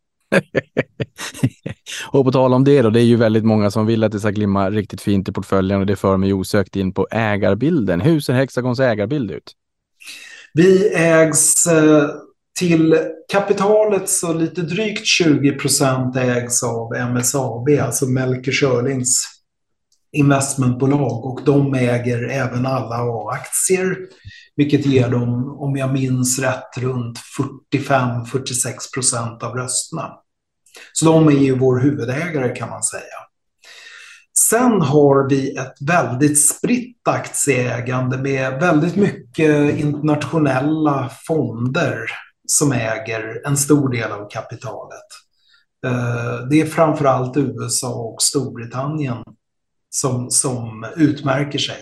Och på tal om det då, det är ju väldigt många som vill att det ska glimma riktigt fint i portföljen och det för mig osökt in på ägarbilden. Hur ser Hexagons ägarbild ut?
Vi ägs till kapitalet så lite drygt 20% ägs av MSAB, alltså Melker Schörlings investmentbolag, och de äger även alla A-aktier, vilket ger dem, om jag minns rätt, runt 45-46% av rösterna. Så de är ju vår huvudägare kan man säga. Sen har vi ett väldigt spritt aktieägande med väldigt mycket internationella fonder som äger en stor del av kapitalet. Det är framförallt USA och Storbritannien som utmärker sig.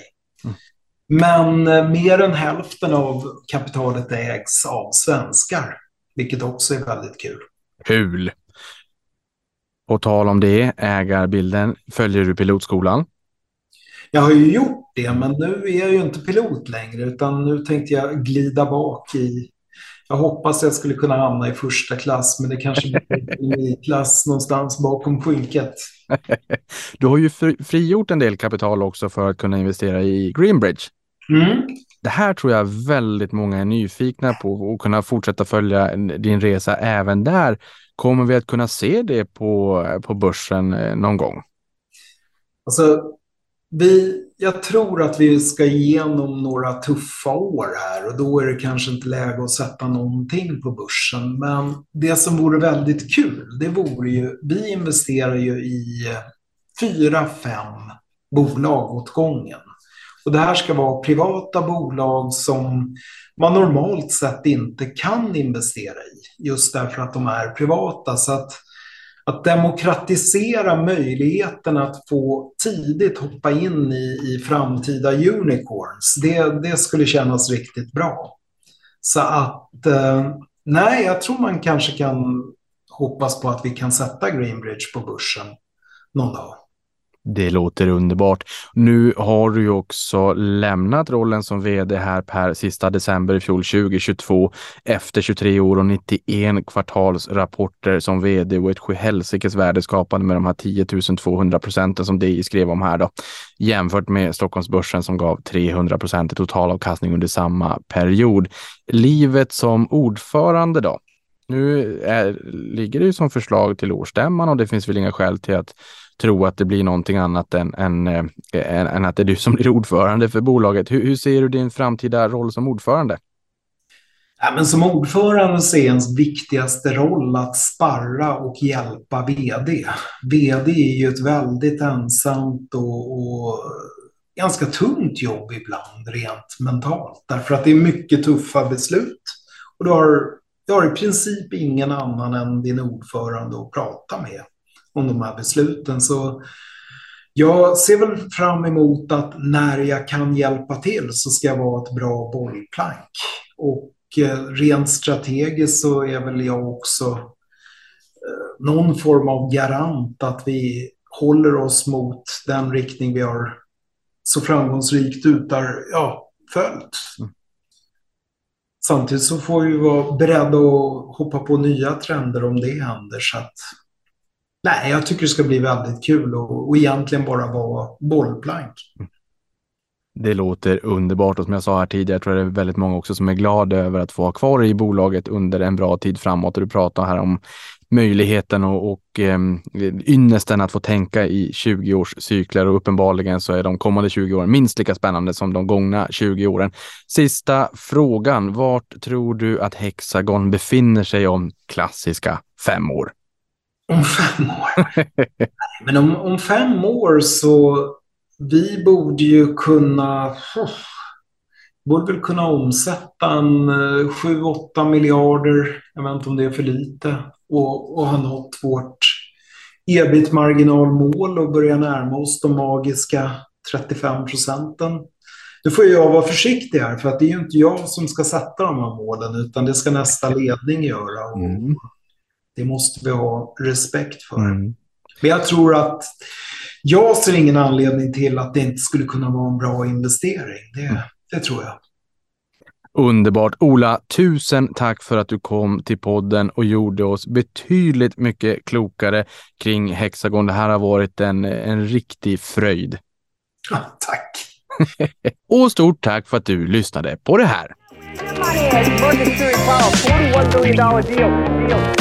Men mer än hälften av kapitalet ägs av svenskar, vilket också är väldigt kul.
Kul! Och tal om det, ägarbilden, följer du pilotskolan?
Jag har ju gjort det, men nu är jag ju inte pilot längre, utan nu tänkte jag glida bak i... Jag hoppas jag skulle kunna hamna i första klass, men det kanske blir i klass någonstans bakom skynket.
Du har ju frigjort en del kapital också för att kunna investera i Greenbridge. Det här tror jag väldigt många är nyfikna på och kunna fortsätta följa din resa även där. Kommer vi att kunna se det på börsen någon gång?
Alltså, jag tror att vi ska igenom några tuffa år här och då är det kanske inte läge att sätta någonting på börsen. Men det som vore väldigt kul, det vore ju, vi investerar ju i 4-5 bolag åt gången. Och det här ska vara privata bolag som man normalt sett inte kan investera i, just därför att de är privata. Så att demokratisera möjligheten att få tidigt hoppa in i framtida unicorns, det skulle kännas riktigt bra. Så att, nej, jag tror man kanske kan hoppas på att vi kan sätta Greenbridge på börsen någon dag.
Det låter underbart. Nu har du ju också lämnat rollen som vd här per sista december i fjol 2022 efter 23 år och 91 kvartalsrapporter som vd och ett sjuhelsikes värdeskapande med de här 10 200% som DI skrev om här då. Jämfört med Stockholmsbörsen som gav 300% i totalavkastning under samma period. Livet som ordförande då? Nu ligger det ju som förslag till årsstämman och det finns väl inga skäl till att tro att det blir någonting annat än att det är du som blir ordförande för bolaget. Hur ser du din framtida roll som ordförande?
Ja, men som ordförande så är ens viktigaste roll att sparra och hjälpa vd. Vd är ju ett väldigt ensamt och ganska tungt jobb ibland rent mentalt. Därför att det är mycket tuffa beslut. Och du har i princip ingen annan än din ordförande att prata med om de här besluten. Så jag ser väl fram emot att när jag kan hjälpa till så ska jag vara ett bra bollplank. Och rent strategiskt så är väl jag också någon form av garant att vi håller oss mot den riktning vi har så framgångsrikt följt. Samtidigt så får vi vara beredda att hoppa på nya trender om det händer. Så att, nej, jag tycker det ska bli väldigt kul och egentligen bara vara bollplank.
Det låter underbart och som jag sa här tidigare, jag tror det är väldigt många också som är glada över att få ha kvar i bolaget under en bra tid framåt. Och du pratar här om möjligheten och ynnesten att få tänka i 20-årscykler och uppenbarligen så är de kommande 20 åren minst lika spännande som de gångna 20 åren. Sista frågan, vart tror du att Hexagon befinner sig om klassiska 5 år?
Om 5 år? Men om 5 år så vi borde ju kunna omsätta en 7-8 miljarder, jag vet inte om det är för lite, och ha nått vårt ebit-marginalmål och börjar närma oss de magiska 35%. Nu får jag vara försiktig här, för att det är ju inte jag som ska sätta de här målen, utan det ska nästa ledning göra. Och det måste vi ha respekt för. Men jag tror att jag ser ingen anledning till att det inte skulle kunna vara en bra investering. Det tror jag.
Underbart. Ola, tusen tack för att du kom till podden och gjorde oss betydligt mycket klokare kring Hexagon. Det här har varit en riktig fröjd.
Ja, tack.
Och stort tack för att du lyssnade på det här.
Your money is Mercury Power, $41 billion deal.